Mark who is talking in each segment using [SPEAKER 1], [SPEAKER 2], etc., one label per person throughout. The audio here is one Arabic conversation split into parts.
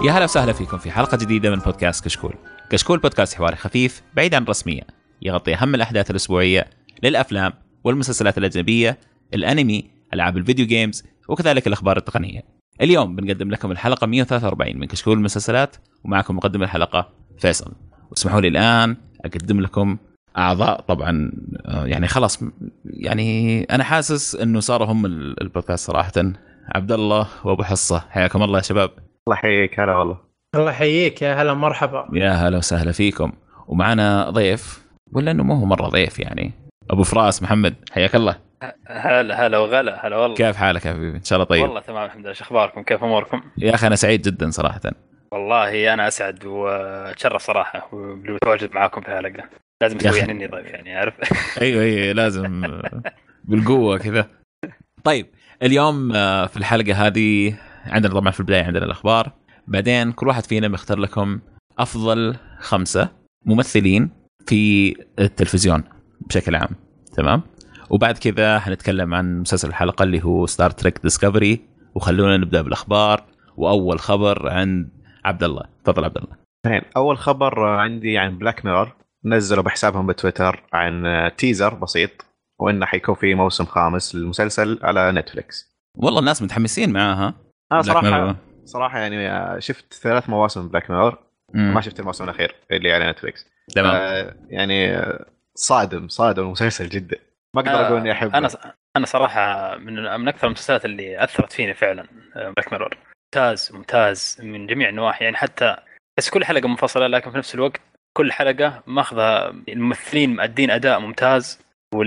[SPEAKER 1] يا هلا وسهلا فيكم في حلقة جديدة من بودكاست كشكول. كشكول بودكاست حواري خفيف بعيد عن الرسمية، يغطي أهم الأحداث الأسبوعية للأفلام والمسلسلات الأجنبية، الأنمي، ألعاب الفيديو جيمز، وكذلك الأخبار التقنية. اليوم بنقدم لكم الحلقة 143 من كشكول المسلسلات، ومعكم مقدم الحلقة فيصل. واسمحوا لي الآن أقدم لكم أعضاء طبعا يعني خلاص يعني أنا حاسس إنه صاروا هم البودكاست صراحة. عبد الله وأبو حصة، حياكم الله يا شباب.
[SPEAKER 2] الله يحييك. هلا والله.
[SPEAKER 3] الله يحييك، يا هلا مرحبا.
[SPEAKER 1] يا هلا وسهلا فيكم. ومعنا ضيف، ولا انه مو هو مره ضيف يعني، ابو فراس محمد، حياك الله.
[SPEAKER 4] هلا وغلا. هلا والله.
[SPEAKER 1] كيف حالك يا حبيبي؟ ان شاء الله طيب.
[SPEAKER 4] والله تمام الحمد لله. شو اخباركم؟ كيف اموركم؟
[SPEAKER 1] يا اخي انا سعيد جدا صراحه.
[SPEAKER 4] والله انا اسعد واتشرف صراحه بالتواجد معاكم في الحلقه. لازم اسوي يعني اني ضيف يعني عارف.
[SPEAKER 1] ايوه لازم بالقوه كذا. طيب اليوم في الحلقه هذه عندنا طبعا في البدايه عندنا الاخبار، بعدين كل واحد فينا بيختار لكم افضل 5 ممثلين في التلفزيون بشكل عام، تمام؟ وبعد كذا حنتكلم عن مسلسل الحلقه اللي هو ستار تريك ديسكفري. وخلونا نبدا بالاخبار، واول خبر عند عبد الله. تفضل عبد الله.
[SPEAKER 2] اول خبر عندي عن بلاك ميرور، نزلوا بحسابهم بتويتر عن تيزر بسيط، وانه حيكون في موسم 5 للمسلسل على نتفليكس.
[SPEAKER 1] والله الناس متحمسين معاها.
[SPEAKER 2] انا صراحه يعني شفت 3 مواسم بلاك ميرور، ما شفت الموسم الاخير اللي على نتفليكس.
[SPEAKER 1] تمام.
[SPEAKER 2] يعني صادم المسلسل جدا، ما اقدر اقول اني احبه.
[SPEAKER 4] انا صراحه من اكثر المسلسلات اللي اثرت فيني فعلا بلاك ميرور. ممتاز من جميع النواحي، يعني حتى بس كل حلقه منفصله، لكن في نفس الوقت كل حلقه ماخذه الممثلين مؤدين اداء ممتاز،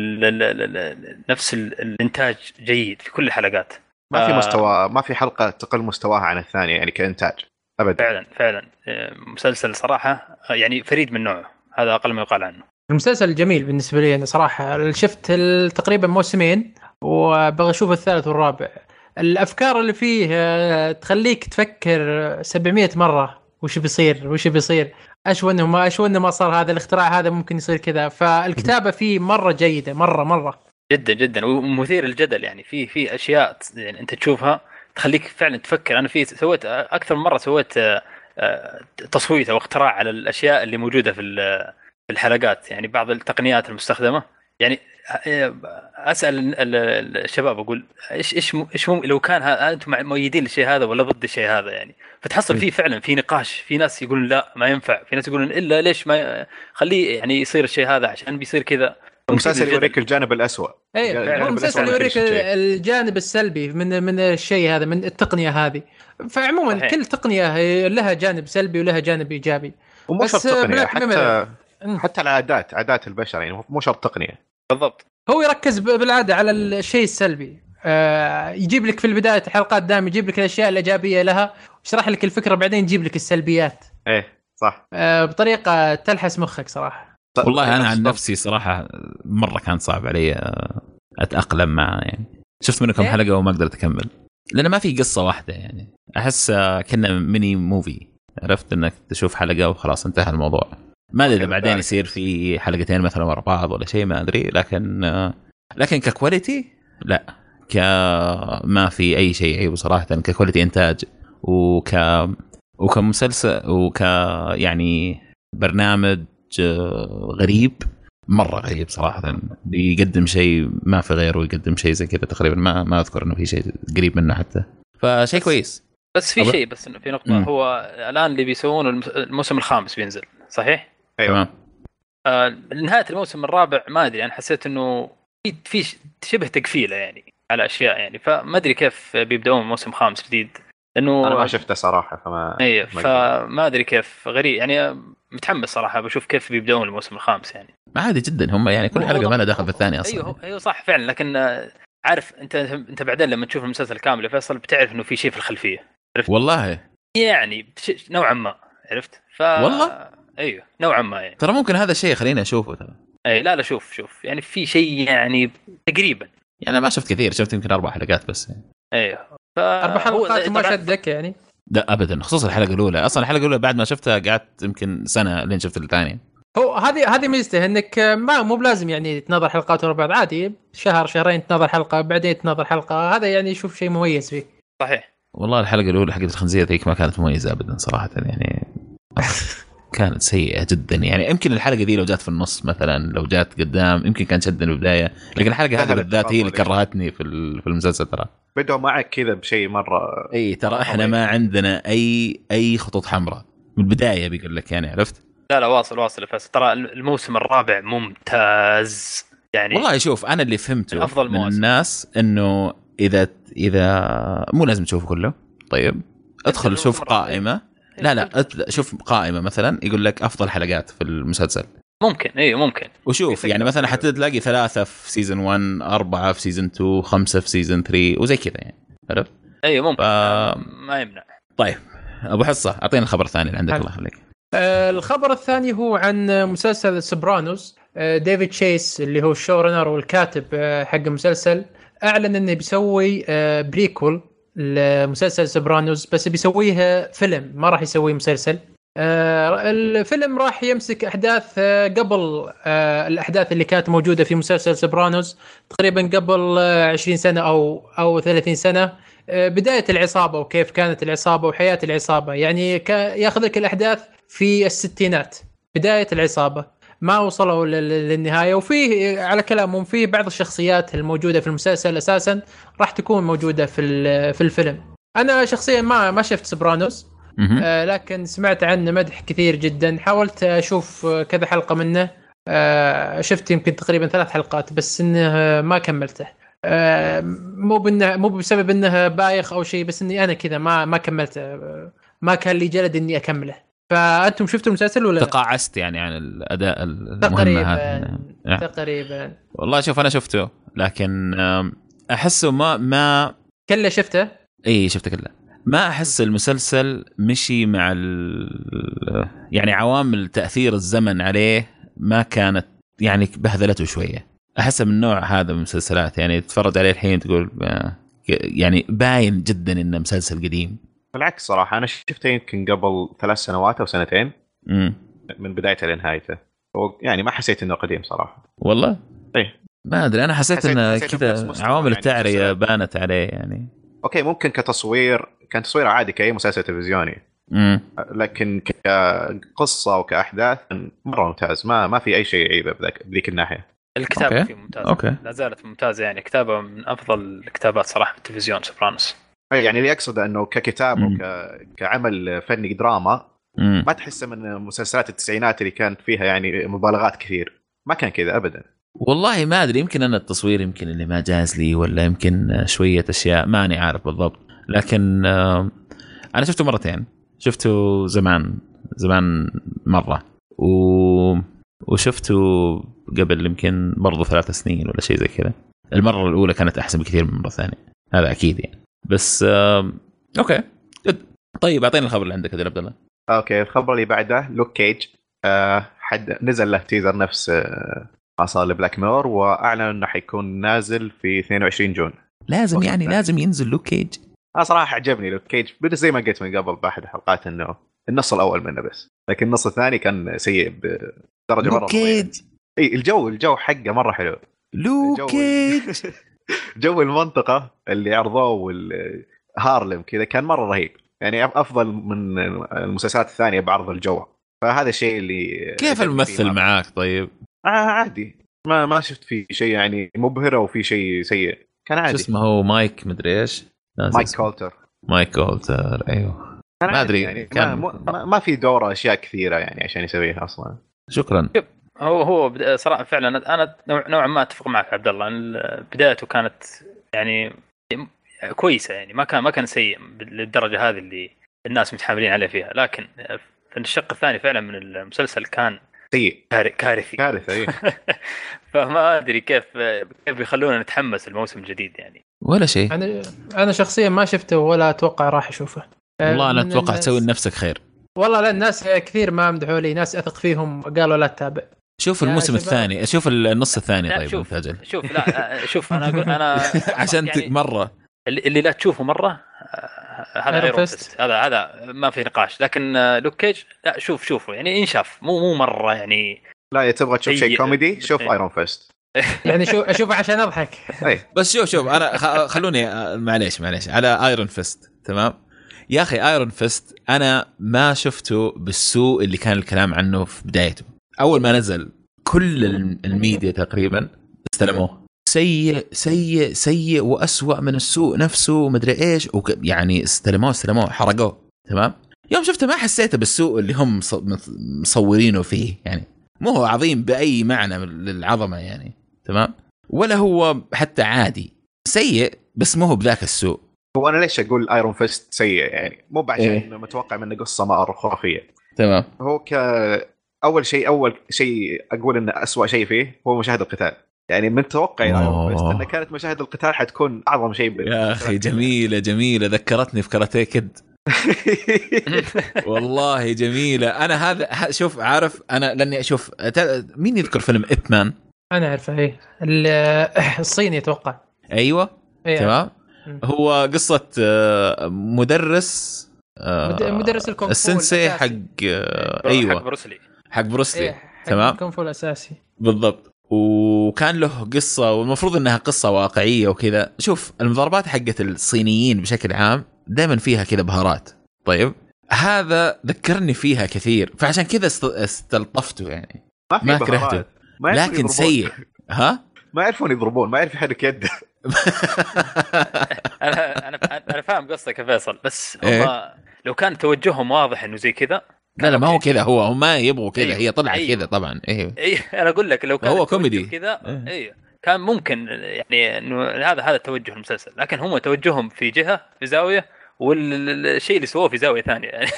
[SPEAKER 4] نفس الانتاج جيد في كل الحلقات.
[SPEAKER 2] ما في مستوى، ما في حلقه تقل مستواها عن الثانيه يعني كإنتاج ابدا.
[SPEAKER 4] فعلا مسلسل صراحه يعني فريد من نوعه، هذا اقل ما يقال عنه.
[SPEAKER 3] المسلسل جميل بالنسبه لي انا صراحه. شفت تقريبا موسمين وبغى اشوف الثالث والرابع. الافكار اللي فيه تخليك تفكر 700 مره وش بيصير، اشو انه ما صار هذا الاختراع، هذا ممكن يصير كذا. فالكتابه فيه مره جيده، مره
[SPEAKER 4] جدا ومثير الجدل. يعني في اشياء يعني انت تشوفها تخليك فعلا تفكر. انا سويت اكثر من مره تصويت او اختراع على الاشياء اللي موجوده في الحلقات، يعني بعض التقنيات المستخدمه. يعني اسال الشباب اقول ايش لو كان انتم مؤيدين للشيء هذا ولا ضد الشيء هذا، يعني فتحصل فيه فعلا في نقاش. في ناس يقولون لا ما ينفع، في ناس يقولون الا ليش ما خليه يعني يصير الشيء هذا عشان بيصير كذا.
[SPEAKER 2] المسلسل يوريك الجانب الأسوأ.
[SPEAKER 3] المسلسل يوريك الجانب السلبي من الشيء هذا، من التقنية هذه. فعموما صحيح. كل تقنية لها جانب سلبي ولها جانب إيجابي.
[SPEAKER 2] ومو شرط تقنية، حتى عادات البشر، يعني مو شرط تقنية.
[SPEAKER 4] بالضبط.
[SPEAKER 3] هو يركز بالعادة على الشيء السلبي. يجيب لك في البداية حلقات دائما يجيب لك الأشياء الإيجابية لها، ويشرح لك الفكرة، بعدين يجيب لك السلبيات.
[SPEAKER 2] إيه صح.
[SPEAKER 3] بطريقة تلحس مخك صراحة.
[SPEAKER 1] والله أنا عن نفسي صراحة مرة كان صعب علي أتأقلم معه. يعني شفت منه كم حلقة وما قدرت أكمل، لأن ما في قصة واحدة. يعني أحس كنا ميني موفي، عرفت أنك تشوف حلقة وخلاص انتهى الموضوع. ما أدري إذا بعدين يصير في حلقتين مثلا ورا بعض ولا شيء، ما أدري. لكن ككواليتي لا، ما في أي شيء عيب صراحة ككواليتي إنتاج وكمسلسل يعني برنامج غريب، مرة غريب صراحة. يقدم شيء ما في غيره، يقدم شيء زي كذا تقريبا ما أذكر إنه في شيء قريب منه حتى، فشيء كويس.
[SPEAKER 4] بس في شيء، بس في نقطة. هو الآن اللي بيسوون الموسم الخامس بينزل صحيح؟
[SPEAKER 2] أيوة.
[SPEAKER 4] نهاية الموسم الرابع ما أدري، أنا حسيت إنه في شبه تقفيلة يعني على أشياء، يعني فما أدري كيف بيبدأون موسم خامس جديد، لأنه
[SPEAKER 2] أنا ما شفته صراحة
[SPEAKER 4] فما أدري كيف. غريب يعني. متحمس صراحة بشوف كيف بيبدأون الموسم الخامس. يعني
[SPEAKER 1] عادي جدا، هم يعني كل حلقة ما لها دخل في الثانية أصلا.
[SPEAKER 4] أيوه صح فعلا. لكن عارف أنت بعدين لما تشوف المسلسل كامل يا فيصل بتعرف إنه في شيء في الخلفية. عرفت؟
[SPEAKER 1] والله
[SPEAKER 4] يعني نوعا ما عرفت.
[SPEAKER 1] والله
[SPEAKER 4] أيوه نوعا ما يعني.
[SPEAKER 1] ترى ممكن هذا الشيء خليني أشوفه ترى.
[SPEAKER 4] أي لا شوف يعني في شيء يعني تقريبا.
[SPEAKER 1] يعني ما شفت كثير، شفت يمكن 4 حلقات بس يعني.
[SPEAKER 4] أيوه
[SPEAKER 3] 4 حلقات ما شدك يعني؟
[SPEAKER 1] لا ابدا، خصوصا الحلقه الاولى. اصلا الحلقه الاولى بعد ما شفتها قعدت يمكن سنه لين شفت الثانيه.
[SPEAKER 3] هو هذه ميزته انك مو بلازم يعني تنظر حلقات ورا بعض، عادي شهر شهرين تنظر حلقه بعدين تنظر حلقه. هذا يعني شوف شيء مميز فيه.
[SPEAKER 4] صحيح.
[SPEAKER 1] والله الحلقه الاولى حقت الخنزير ذيك ما كانت مميزه ابدا صراحه يعني. كانت سيئه جدا يعني. يمكن الحلقه دي لو جات في النص مثلا، لو جات قدام يمكن كان شدني بالبدايه، لكن الحلقه هذه بالذات هي اللي كرهتني في المسلسل. ترى
[SPEAKER 2] بدوا معك كذا بشيء مره.
[SPEAKER 1] اي ترى احنا ما عندنا اي خطوط حمراء من البدايه، بيقول لك يعني. عرفت؟
[SPEAKER 4] لا واصل بس ترى الموسم الرابع ممتاز يعني.
[SPEAKER 1] والله شوف، انا اللي فهمته
[SPEAKER 4] أفضل
[SPEAKER 1] من الناس انه اذا مو لازم تشوفه كله. طيب ادخل شوف قائمه. لا شوف قائمه مثلا يقول لك افضل حلقات في المسلسل.
[SPEAKER 4] ممكن
[SPEAKER 1] وشوف يعني مثلا حتلاقي 3 في سيزن 1، 4 في سيزن 2، 5 في سيزن 3 وزي كذا يعني. عرفت؟
[SPEAKER 4] ممكن ما يمنع.
[SPEAKER 1] طيب ابو حصه اعطينا الخبر الثاني اللي عندك. الله يخليك.
[SPEAKER 3] الخبر الثاني هو عن مسلسل سوبرانوس. ديفيد تشيس اللي هو الشو رنر والكاتب حق المسلسل اعلن انه بيسوي بريكول لمسلسل سوبرانوس، بس بيسويها فيلم، ما راح يسويه مسلسل. الفيلم راح يمسك احداث قبل الاحداث اللي كانت موجوده في مسلسل سوبرانوس تقريبا قبل 20 سنه او 30 سنه. بدايه العصابه وكيف كانت العصابه وحياه العصابه، يعني ياخذ لك الاحداث في الستينات، بدايه العصابه ما وصلوا للنهايه. وفيه على كلامهم فيه بعض الشخصيات الموجوده في المسلسل اساسا راح تكون موجوده في الفيلم. انا شخصيا ما شفت سوبرانوس، لكن سمعت عنه مدح كثير جدا. حاولت اشوف كذا حلقه منه، شفت يمكن تقريبا 3 حلقات بس انه ما كملته. مو بسبب انه بايخ او شيء، بس اني انا كذا ما كملته، ما كان لي جلد اني اكمله. فانتم شفتوا المسلسل ولا
[SPEAKER 1] تقاعست يعني عن الاداء المهم هذا؟
[SPEAKER 3] تقريبا
[SPEAKER 1] والله شوف انا شفته، لكن احسه ما
[SPEAKER 3] كله شفته.
[SPEAKER 1] اي شفته كله. ما احس المسلسل مشي مع يعني عوامل تاثير الزمن عليه ما كانت يعني بهذلته شويه. احس من النوع هذا من المسلسلات يعني تتفرج عليه الحين تقول يعني باين جدا انه مسلسل قديم.
[SPEAKER 2] بالعكس صراحه انا شفته يمكن قبل 3 سنوات او 2 من بدايته لنهايته، يعني ما حسيت انه قديم صراحه.
[SPEAKER 1] والله
[SPEAKER 2] ايه
[SPEAKER 1] ما ادري، انا حسيت انه كذا عوامل التعريه يعني بانت عليه يعني.
[SPEAKER 2] اوكي ممكن كتصوير كان تصوير عادي كأي مسلسل تلفزيوني، لكن كقصه وكاحداث مره ممتاز. ما في اي شيء عيبه بذيك الناحيه.
[SPEAKER 4] الكتابه فيه ممتازه، لا زالت ممتازه يعني. كتابه من افضل الكتابات صراحه في التلفزيون سوبرانوس.
[SPEAKER 2] يعني اللي يقصد انه ككتاب وكعمل فني دراما ما تحس من مسلسلات التسعينات اللي كانت فيها يعني مبالغات كثير. ما كان كذا ابدا.
[SPEAKER 1] والله ما ادري، يمكن انا التصوير يمكن اللي ما جاز لي، ولا يمكن شويه اشياء ماني عارف بالضبط. لكن انا شفته مرتين، شفته زمان مره وشفته قبل يمكن برضو 3 سنين ولا شيء زي كذا. المره الاولى كانت احسن بكثير من المره الثانيه، هذا اكيد يعني. بس اوكي طيب اعطيني الخبر اللي عندك يا عبد الله.
[SPEAKER 2] اوكي الخبر اللي بعده لوك كيج. حد نزل له تيزر نفس ما صار لبلاك ميرور، واعلن انه حيكون نازل في 22 جون.
[SPEAKER 1] لازم يعني لازم ينزل لوك كيج.
[SPEAKER 2] صراحه عجبني لوك كيج، بدا زي ما قلت من قبل باحد الحلقات انه النص الاول منه بس، لكن النص الثاني كان سيء بدرجه مره
[SPEAKER 1] كيج.
[SPEAKER 2] اي الجو حقه مره حلو.
[SPEAKER 1] لوك كيج
[SPEAKER 2] جو المنطقه اللي عرضوه والهارلم كذا كان مره رهيب يعني، افضل من المسلسلات الثانيه بعرض الجو. فهذا الشيء اللي
[SPEAKER 1] كيف الممثل معاك طيب؟
[SPEAKER 2] عادي، ما شفت فيه شيء يعني مبهر او في شيء سيء، كان عادي.
[SPEAKER 1] شو اسمه هو مايك مدري ايش،
[SPEAKER 2] مايك كولتر
[SPEAKER 1] ايوه ما ادري
[SPEAKER 2] يعني كان ما في دوره اشياء كثيره يعني عشان يسويها اصلا.
[SPEAKER 1] شكرا.
[SPEAKER 4] هو صراحه فعلا انا نوعا ما اتفق معك عبد الله. بدايته كانت يعني كويسه يعني، ما كان سيء للدرجه هذه اللي الناس متحاملين عليه فيها. لكن في الشق الثاني فعلا من المسلسل كان
[SPEAKER 2] سيء
[SPEAKER 4] كارثه
[SPEAKER 2] ايه.
[SPEAKER 4] فما ادري كيف يخلونا نتحمس الموسم الجديد يعني.
[SPEAKER 1] ولا شيء.
[SPEAKER 3] انا شخصيا ما شفته ولا اتوقع راح اشوفه.
[SPEAKER 1] والله انا اتوقع تسوي لنفسك خير.
[SPEAKER 3] والله لا، الناس كثير ما مدحوا لي، ناس اثق فيهم قالوا لا تتابع.
[SPEAKER 1] شوف الموسم الثاني، شوف النص الثاني. طيب
[SPEAKER 4] شوف انا
[SPEAKER 1] عشان يعني مره
[SPEAKER 4] اللي لا تشوفه مره هذا ايرون فيست، هذا ما في نقاش. لكن لوك كيج لا شوفه يعني انشاف، مو مره يعني.
[SPEAKER 2] لا تبغى تشوف شيء كوميدي شوف ايرون فيست
[SPEAKER 3] يعني اشوفه عشان اضحك.
[SPEAKER 1] بس شوف انا خلوني معليش على ايرون فيست. تمام يا اخي ايرون فيست انا ما شفته بالسوء اللي كان الكلام عنه في بدايته. اول ما نزل كل الميديا تقريبا استلموه سيء سيء سيء وأسوأ من السوء نفسه ومدري ايش يعني استلموه حرقوه. تمام يوم شفته ما حسيته بالسوء اللي هم مصورينه فيه، يعني مو هو عظيم بأي معنى للعظمة يعني. تمام ولا هو حتى عادي، سيء بس مو هو بذاك السوء.
[SPEAKER 2] هو انا ليش اقول ايرون فيست سيء؟ يعني مو بعشان انه متوقع منه قصه مره خرافيه.
[SPEAKER 1] تمام
[SPEAKER 2] هو اول شيء اقول انه أسوأ شيء فيه هو مشاهد القتال. يعني من توقع ايرون فيست ان كانت مشاهد القتال حتكون اعظم شيء
[SPEAKER 1] يا اخي جميله ذكرتني في كاراتيه كيد. والله جميله. انا هذا شوف عارف انا لاني اشوف مين يذكر فيلم إبمان؟
[SPEAKER 3] انا عارفه ايه الصيني يتوقع.
[SPEAKER 1] ايوه تمام. هو قصه مدرس
[SPEAKER 3] الكونغ فو
[SPEAKER 1] السنسي حق ايوه حق بروسلي تمام
[SPEAKER 3] الكونغ فو الاساسي
[SPEAKER 1] بالضبط. وكان له قصه والمفروض انها قصه واقعيه وكذا. شوف المضاربات حقت الصينيين بشكل عام دائما فيها كذا بهارات. طيب هذا ذكرني فيها كثير فعشان كذا استلطفته يعني ما كرهته لكن سيء. ها
[SPEAKER 2] ما يعرفون يضربون، ما يعرف يحرك يده.
[SPEAKER 4] انا فاهم قصتك يا فيصل، بس هم لو كان توجههم واضح انه زي كذا.
[SPEAKER 1] لا ما هو كذا، هو ما يبغوا كذا. هي طلعت كذا طبعا.
[SPEAKER 4] ايوه انا اقول لك لو كان
[SPEAKER 1] هو كوميدي
[SPEAKER 4] كذا ايوه كان ممكن يعني انه هذا توجه المسلسل، لكن هم توجههم في جهه في زاويه والشيء اللي سووه في زاويه ثانيه يعني.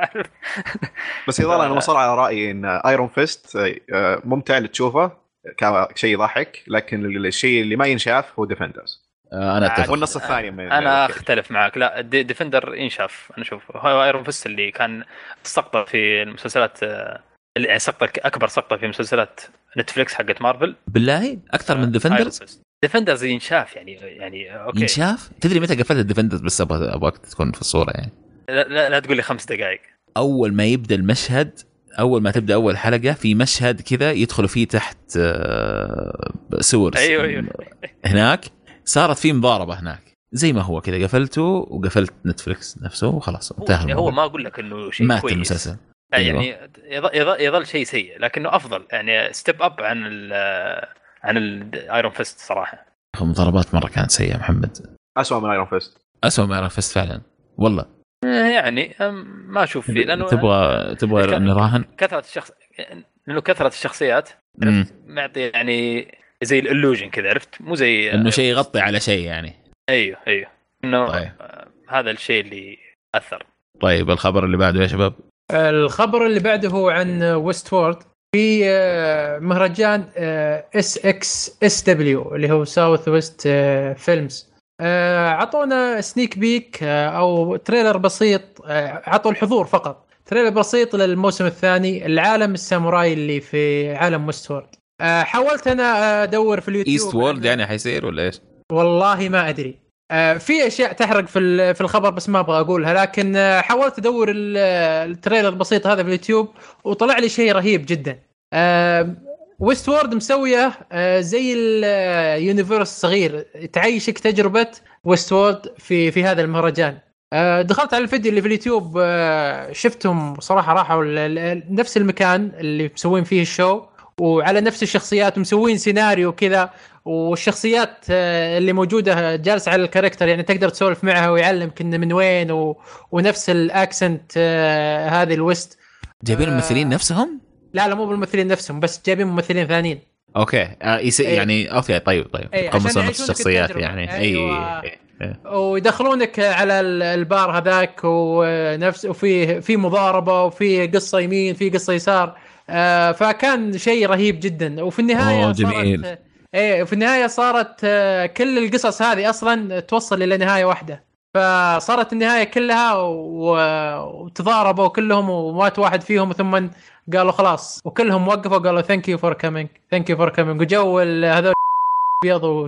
[SPEAKER 2] بس يظل انا وصل على رايي ان ايرون فيست ممتع لتشوفه كشيء يضحك، لكن الشيء اللي ما ينشاف هو ديفندرز.
[SPEAKER 1] انا اتفق.
[SPEAKER 2] والنص الثاني من
[SPEAKER 4] انا اختلف معك. لا ديفندر ينشاف. انا اشوف هو ايرون فيست اللي كان سقطه في المسلسلات، اللي سقطه اكبر سقطه في مسلسلات نتفليكس حقت مارفل.
[SPEAKER 1] بالله اكثر من
[SPEAKER 4] ديفندرز ينشاف يعني اوكي
[SPEAKER 1] ينشاف. تدري متى قفلت الديفندرز؟ بس ابغاك تكون في الصوره يعني.
[SPEAKER 4] لا تقول لي 5 دقائق.
[SPEAKER 1] اول ما يبدا المشهد، اول ما تبدا اول حلقه في مشهد كذا يدخلوا فيه تحت سور.
[SPEAKER 4] ايوه
[SPEAKER 1] هناك صارت في مضاربه هناك زي ما هو كذا. قفلته وقفلت نتفليكس نفسه وخلاص انتهى.
[SPEAKER 4] هو ما اقول لك انه شيء
[SPEAKER 1] مات
[SPEAKER 4] كويس
[SPEAKER 1] المسلسل.
[SPEAKER 4] يعني يظل شيء سيء، لكنه افضل يعني ستيب اب عن الايرون فيست صراحه.
[SPEAKER 1] المضاربات مره كانت سيئه محمد.
[SPEAKER 2] اسوأ من ايرون فيست
[SPEAKER 1] فعلا والله.
[SPEAKER 4] يعني ما اشوف فيه لانه
[SPEAKER 1] تبغى نراهن
[SPEAKER 4] كثره الشخصيات معطي يعني زي الالوجن كذا، عرفت؟ مو زي
[SPEAKER 1] انه شيء يغطي على شيء يعني.
[SPEAKER 4] ايوه انه طيب. هذا الشيء اللي اثر.
[SPEAKER 1] طيب الخبر اللي بعده يا شباب؟
[SPEAKER 3] الخبر اللي بعده هو عن ويست وورد في مهرجان SXSW اللي هو ساوث ويست فيلمز. عطونا سنيك بيك او تريلر بسيط. عطوا الحضور فقط تريلر بسيط للموسم الثاني العالم الساموراي اللي في عالم ويست وورد. حاولت انا ادور في اليوتيوب
[SPEAKER 1] ايست وورد يعني حيصير ولا ايش؟
[SPEAKER 3] والله ما ادري. في اشياء تحرق في الخبر بس ما ابغى اقولها، لكن حاولت ادور التريلر البسيط هذا في اليوتيوب وطلع لي شيء رهيب جدا. ويست وورد مسويه زي اليونيفرس صغير تعيشك تجربه ويست وورد في هذا المهرجان. دخلت على الفيديو اللي في اليوتيوب، شفتهم صراحه راحوا نفس المكان اللي مسوين فيه الشو وعلى نفس الشخصيات ومسوين سيناريو كذا، والشخصيات اللي موجوده جالس على الكاركتر يعني تقدر تسولف معها ويعلمك انه من وين ونفس الاكسنت هذه الويست.
[SPEAKER 1] جايبين الممثلين نفسهم؟
[SPEAKER 3] لا مو بالممثلين نفسهم، بس جايبين ممثلين ثانيين.
[SPEAKER 1] اوكي يعني اوكي طيب قمصوا نفس الشخصيات يعني.
[SPEAKER 3] أيوة. ويدخلونك على البار هذاك ونفس وفي مضاربه وفي قصه يمين في قصه يسار. فكان شيء رهيب جدا. وفي النهايه
[SPEAKER 1] جميل.
[SPEAKER 3] في النهايه صارت كل القصص هذه اصلا توصل الى نهايه واحده، فصارت النهايه كلها وتضاربوا كلهم ومات واحد فيهم ثم قالوا خلاص وكلهم وقفوا قالوا ثانك يو فور كامينج وجو هذول بيضوا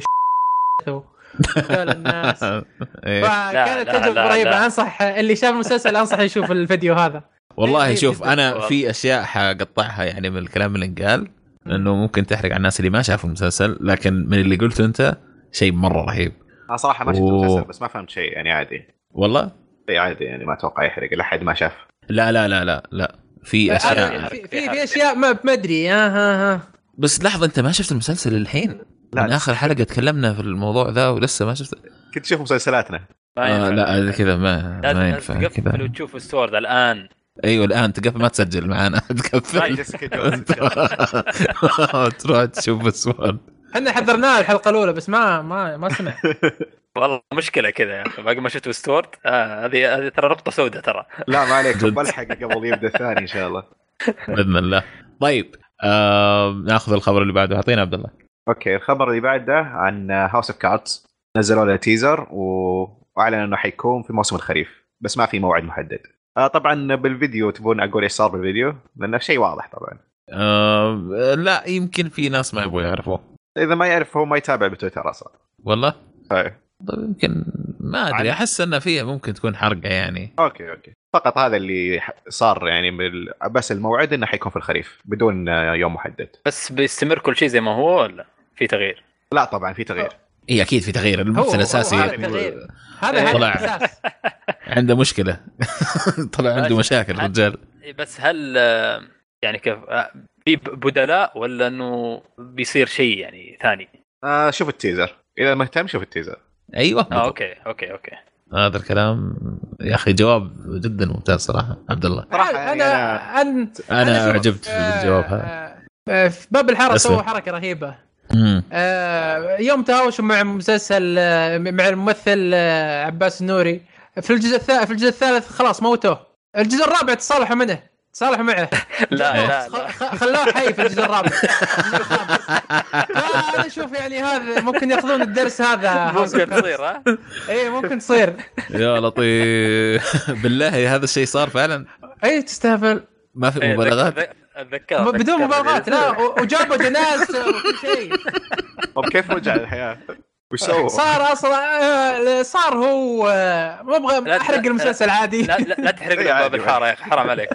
[SPEAKER 3] قال الناس. فكانت تجربه رهيبه. انصح اللي شاف المسلسل انصح يشوف الفيديو هذا.
[SPEAKER 1] والله شوف انا في اشياء حقطعها يعني من الكلام اللي قال لانه ممكن تحرق على الناس اللي ما شافوا المسلسل، لكن من اللي قلته انت شيء مره رهيب.
[SPEAKER 2] صراحه ما شفت المسلسل بس ما فهمت شيء يعني عادي
[SPEAKER 1] والله.
[SPEAKER 2] اي عادي يعني ما اتوقع يحرق الا حد ما شاف.
[SPEAKER 1] لا في اشياء
[SPEAKER 3] في اشياء ما ادري ها
[SPEAKER 1] بس لحظه، انت ما شفت المسلسل الحين؟
[SPEAKER 2] لا
[SPEAKER 1] من اخر حلقه تكلمنا في الموضوع ذا ولسه ما شفت.
[SPEAKER 2] كنت تشوف مسلسلات
[SPEAKER 1] لا كذا ما ينفع كذا.
[SPEAKER 4] لو تشوف ستورد الان.
[SPEAKER 1] ايوه الان تقفل، ما تسجل معنا تقفل تروح تشوف السؤال.
[SPEAKER 3] احنا حضرناه الحلقه الاولى بس ما سمع.
[SPEAKER 4] والله مشكله كذا يعني باقي ما شفت ستورد. هذه ترى نقطه سوداء ترى.
[SPEAKER 2] لا ما عليك بلحق قبل يبدا الثاني ان شاء الله
[SPEAKER 1] باذن الله. طيب ناخذ الخبر اللي بعده. اعطينا عبد الله.
[SPEAKER 2] اوكي الخبر اللي بعده عن هاوس اوف كاردز. نزلوا له تيزر واعلن انه حيكون في موسم الخريف بس ما في موعد محدد. طبعا بالفيديو تبون اقول ايش صار بالفيديو لانه شيء واضح طبعا.
[SPEAKER 1] لا يمكن في ناس ما يبغوا يعرفوا.
[SPEAKER 2] اذا ما يعرف هو ما يتابع بتويتر اصلا.
[SPEAKER 1] والله
[SPEAKER 2] طيب
[SPEAKER 1] يمكن ما ادري، احس انه فيها ممكن تكون حرقه يعني.
[SPEAKER 2] اوكي فقط هذا اللي صار يعني بس الموعد انه حيكون في الخريف بدون يوم محدد.
[SPEAKER 4] بس بيستمر كل شيء زي ما هو ولا في تغيير؟
[SPEAKER 2] لا طبعا في تغيير.
[SPEAKER 1] اي اكيد في تغيير. الممثل الاساسي
[SPEAKER 3] هذا
[SPEAKER 1] طلع
[SPEAKER 3] الاساس
[SPEAKER 1] عنده مشكله طلع عنده مشاكل الرجال.
[SPEAKER 4] بس هل يعني كيف في بدلاء ولا انه بيصير شيء يعني ثاني؟
[SPEAKER 2] شوف التيزر اذا مهتم شوف التيزر.
[SPEAKER 1] ايوه
[SPEAKER 4] اوكي
[SPEAKER 1] هذا الكلام يا اخي جواب جدا ممتاز صراحه عبد الله. انا اعجبت بالجواب هذا.
[SPEAKER 3] في باب الحاره سووا حركه رهيبه. يوم تهاوشوا مع مسلسل مع الممثل عباس النوري في الجزء الثالث خلاص موتوه. الجزء الرابع تصالحوا معه
[SPEAKER 4] لا
[SPEAKER 3] خلوه حي في الجزء الرابع. انا اشوف يعني هذا ممكن ياخذون الدرس هذا.
[SPEAKER 4] ممكن تصير
[SPEAKER 3] ايه ممكن تصير.
[SPEAKER 1] يا لطيف بالله هذا الشيء صار فعلا.
[SPEAKER 3] اي تستهبل.
[SPEAKER 1] ما في مبالغات.
[SPEAKER 4] اتذكر
[SPEAKER 3] بدون مبالغات. لا وجابوا جناز وكل شيء.
[SPEAKER 2] طب كيف رجع الحياه؟ وش سوى؟
[SPEAKER 3] صار اصلا صار هو ما ابغى احرق المسلسل عادي.
[SPEAKER 4] لا تحرق له باب الحاره يا اخي حرام عليك.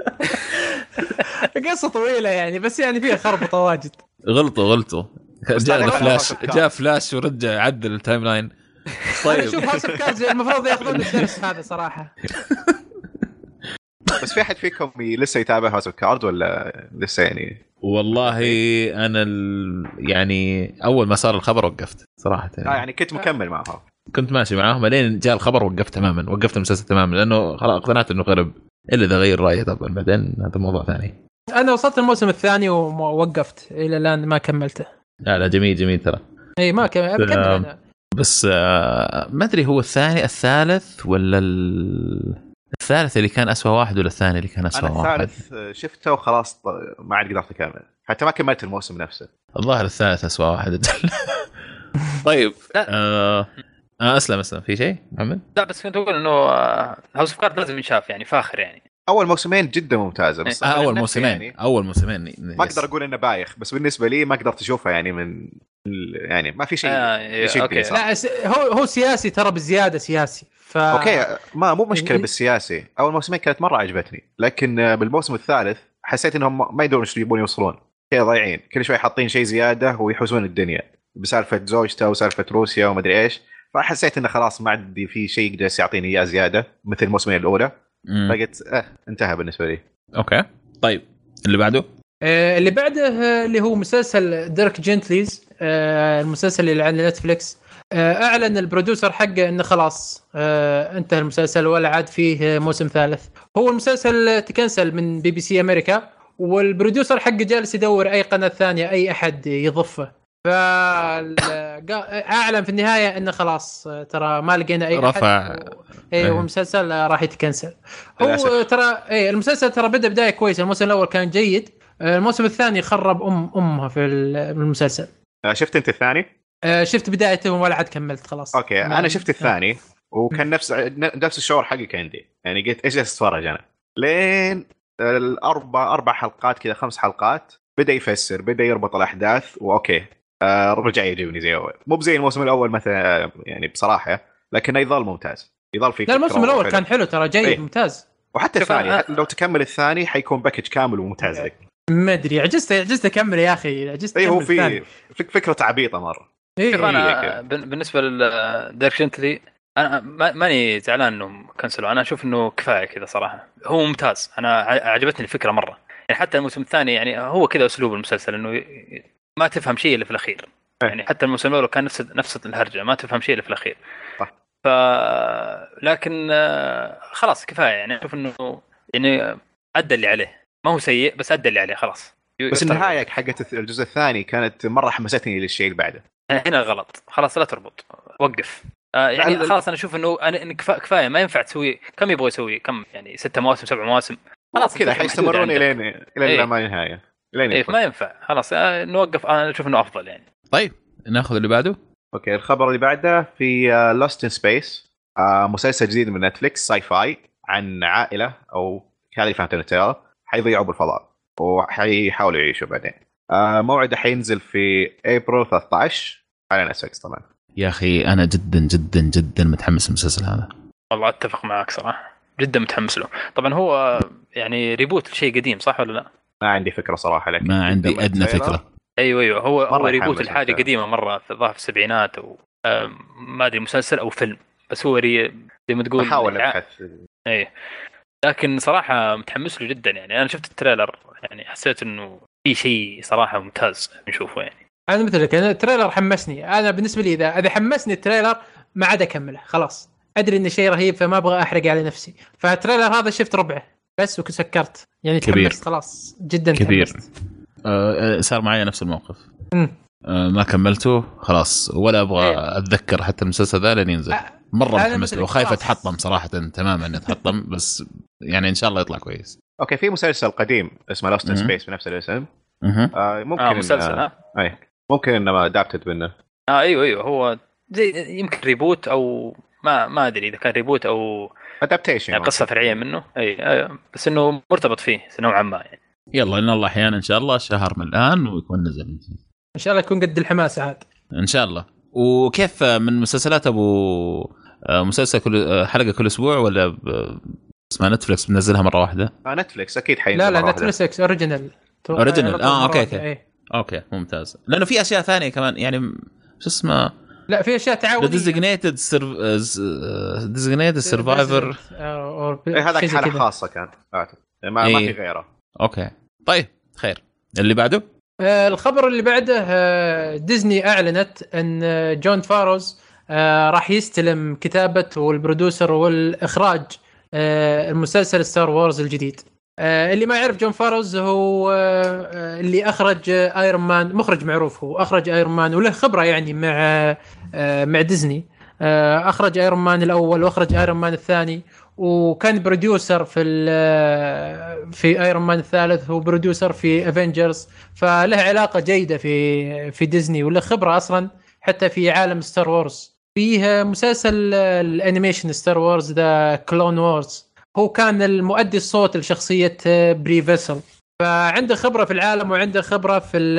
[SPEAKER 3] قصه طويله يعني بس يعني فيها خربطه واجد.
[SPEAKER 1] غلطوا جاء فلاش ورجع عدل التايم لاين.
[SPEAKER 3] طيب شوف هاوس اوف كاردز المفروض ياخذون الدرس هذا صراحه.
[SPEAKER 2] بس في احد فيكم لسه يتابع هاوس اوف كاردز ولا لسه يعني؟
[SPEAKER 1] والله انا يعني اول ما صار الخبر وقفت صراحه
[SPEAKER 2] يعني كنت مكمل معهم.
[SPEAKER 1] كنت ماشي معاهم لين جاء الخبر وقفت تماما. وقفت المسلسل تماما لانه خلاص اقتنعت انه غرب الا اذا غير رايي طبعا بعدين هذا موضوع ثاني.
[SPEAKER 3] انا وصلت الموسم الثاني ووقفت الى الان ما كملته.
[SPEAKER 1] لا جميل ترى.
[SPEAKER 3] اي ما كمل
[SPEAKER 1] بس ما ادري هو الثاني الثالث ولا الثالث اللي كان أسوأ واحد ولا الثاني اللي كان أسوأ واحد؟
[SPEAKER 2] الثالث شفته وخلاص ما عاد قدرت أكمل حتى ما كملت الموسم نفسه.
[SPEAKER 1] الظاهر الثالث أسوأ واحد. طيب أسلم في شيء محمد؟
[SPEAKER 4] لا بس كنت أقول إنه هاوس اوف كاردز لازم ينشاف يعني فاخر يعني.
[SPEAKER 2] أول موسمين جدا ممتازة بس
[SPEAKER 1] أول موسمين
[SPEAKER 2] ما أقدر أقول إنه بايخ بس بالنسبة لي ما قدرت أشوفه يعني من يعني ما في شيء
[SPEAKER 3] لا هو سياسي ترى بزيادة سياسي
[SPEAKER 2] اوكي مو مشكله بالسياسي. اول موسمين كانت مره عجبتني لكن بالموسم الثالث حسيت انهم ما يدرون ايش يبون يوصلون كذا ضايعين. كل شوي حاطين شيء زياده ويحوسون الدنيا بسالفه زوجته وسالفه روسيا وما ادري ايش. فحسيت انه خلاص ما عندي في شيء يقدر يعطيني اياه زياده مثل الموسمين الاولى. فقلت انتهى بالنسبه لي.
[SPEAKER 1] اوكي طيب اللي بعده
[SPEAKER 3] اللي هو مسلسل ديرك جنتليز. المسلسل اللي على نتفليكس. اعلن البروديوسر حقه انه خلاص انتهى المسلسل ولا عاد فيه موسم ثالث. هو المسلسل تكنسل من بي بي سي امريكا والبروديوسر حقه جالس يدور اي قناه ثانيه اي احد يضفه. فاعلن في النهايه انه خلاص ترى ما لقينا اي
[SPEAKER 1] رفع
[SPEAKER 3] والمسلسل راح يتكنسل. هو ترى المسلسل ترى بدا بدايه كويسه. الموسم الاول كان جيد. الموسم الثاني خرب امها في المسلسل.
[SPEAKER 2] شفت انت الثاني؟
[SPEAKER 3] شفت بدايته ولا عاد كملت خلاص.
[SPEAKER 2] اوكي انا شفت الثاني وكان نفس الشعور حقك عندي يعني قلت ايش اتفرج انا لين الاربع حلقات كذا 5 حلقات بدا يفسر بدا يربط الاحداث واوكي رجع يعجبني زي اول مو بزي الموسم الاول مثلا يعني بصراحه لكن يظل ممتاز يظل فيه.
[SPEAKER 3] لا الموسم الاول كان حلو ترى جيد ممتاز.
[SPEAKER 2] وحتى الثاني لو تكمل الثاني حيكون باكج كامل وممتاز لك.
[SPEAKER 3] ما ادري عجزت اكمل يا اخي عجزت.
[SPEAKER 2] هو في فكره عبيطه مره.
[SPEAKER 4] أنا بالنسبه للديرك جنتلي انا ماني زعلان انهم كنسلوا، انا اشوف انه كفايه كذا صراحه، هو ممتاز، انا عجبتني الفكره مره يعني. حتى الموسم الثاني يعني هو كذا اسلوب المسلسل، انه ما تفهم شيء الا في الاخير يعني. حتى الموسم الاول كان نفس الهرجه، ما تفهم شيء الا في الاخير.
[SPEAKER 2] صح.
[SPEAKER 4] ف لكن خلاص كفايه يعني، اشوف انه يعني ادى اللي عليه، ما هو سيء بس ادى اللي عليه خلاص.
[SPEAKER 2] بس النهايه حقت الجزء الثاني كانت مره حمستني للشيء اللي بعده.
[SPEAKER 4] هنا غلط، خلاص لا تربط، وقف. يعني خلاص انا اشوف انه كفايه، ما ينفع تسوي كم يبغى يسوي كم يعني 6 مواسم 7 مواسم
[SPEAKER 2] خلاص كذا حيستمرون الى ما نهايه
[SPEAKER 4] إيه ما ينفع خلاص نوقف. انا اشوف انه افضل يعني.
[SPEAKER 1] طيب ناخذ اللي بعده.
[SPEAKER 2] اوكي الخبر اللي بعده في لوست ان سبيس، مسلسل جديد من نتفليكس ساي فاي عن عائله او هذه فهمت التيار حيضيعوا بالفضاء وحيحاولوا يعيشوا بعدين. موعده حينزل في ابريل 13 على نتفليكس طبعا.
[SPEAKER 1] يا اخي انا جدا جدا جدا متحمس المسلسل هذا.
[SPEAKER 4] والله اتفق معك صراحه، جدا متحمس له. طبعا هو يعني ريبوت لشيء قديم صح ولا لا؟
[SPEAKER 2] ما عندي فكره صراحه، لكن
[SPEAKER 1] ما عندي ادنى فكره.
[SPEAKER 4] ايوه هو ريبوت الحاجه قديمه مره في الظاهر في السبعينات او ما ادري مسلسل او فيلم، بس هو زي ما تقول
[SPEAKER 2] بحاول ابحث.
[SPEAKER 4] اي لكن صراحه متحمس له جدا يعني. انا شفت التريلر يعني حسيت انه في شيء صراحه ممتاز نشوفه يعني.
[SPEAKER 3] انا مثلك، انا التريلر حمسني. انا بالنسبه لي اذا حمسني التريلر ما عاد اكمله، خلاص ادري انه شيء رهيب فما ابغى احرق على نفسي. فالتريلر هذا شفت ربعه بس وسكرت يعني. تحمست خلاص جدا
[SPEAKER 1] كبير.
[SPEAKER 3] تحمست.
[SPEAKER 1] صار معي نفس الموقف. ما كملته خلاص ولا ابغى اتذكر حتى المسلسل ذا لين ينزل. مره متحمس له وخايف اتحطم صراحه تماما اني اتحطم بس يعني ان شاء الله يطلع كويس.
[SPEAKER 2] اوكي في مسلسل قديم اسمه لوست ان سبيس بنفس الاسم. ممكن
[SPEAKER 4] مسلسل
[SPEAKER 2] اي ممكن انما ادابتد منه.
[SPEAKER 4] ايوه هو زي يمكن ريبوت او ما ادري اذا كان ريبوت او
[SPEAKER 2] ادابتيشن
[SPEAKER 4] يعني قصه فرعيه منه. اي بس انه مرتبط فيه نوعا ما يعني.
[SPEAKER 1] يلا ان الله احيانا ان شاء الله شهر من الان ويكون نزل
[SPEAKER 3] ان شاء الله يكون قد الحماس عاد
[SPEAKER 1] ان شاء الله. وكيف من مسلسلات ابو مسلسل كل حلقه كل اسبوع ولا اسمها نتفلكس بنزلها مره واحده؟
[SPEAKER 2] نتفلكس اكيد حينزل.
[SPEAKER 3] لا نتفلكس اوريجينال
[SPEAKER 1] اوكي ممتاز. لانه في اشياء ثانيه كمان يعني شو اسمه،
[SPEAKER 3] لا في اشياء تعاونيه
[SPEAKER 1] ديزيجنيتد سرفايفر
[SPEAKER 2] هذا حاله خاصه كانت ما في غيره.
[SPEAKER 1] اوكي طيب خير. اللي بعده
[SPEAKER 3] الخبر اللي بعده ديزني اعلنت ان جون فاروز راح يستلم كتابه والبرودوسر والاخراج المسلسل ستار وورز الجديد. اللي ما يعرف جون فاروز هو اللي أخرج ايرون مان، مخرج معروف، هو أخرج ايرون مان وله خبرة يعني مع ديزني. أخرج ايرون مان الأول وأخرج ايرون مان الثاني، وكان بروديوسر في ايرون مان الثالث، هو بروديوسر في افنجرز، فله علاقة جيدة في ديزني وله خبرة أصلا حتى في عالم ستار وورز. فيه مسلسل الانيميشن ستار وورز ذا كلون وورز، هو كان المؤدي الصوت لشخصية بري فيسل، فعنده خبرة في العالم وعنده خبرة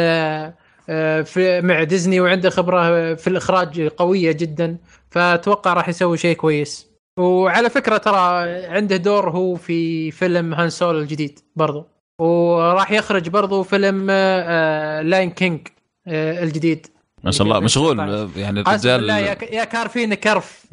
[SPEAKER 3] في مع ديزني وعنده خبرة في الإخراج قوية جدا، فأتوقع راح يسوي شيء كويس. وعلى فكرة ترى عنده دور هو في فيلم هان سولو الجديد برضو، وراح يخرج برضو فيلم لاين كينج الجديد.
[SPEAKER 1] ما شاء الله مشغول يعني الرجال.
[SPEAKER 3] لا يا كارفين كرف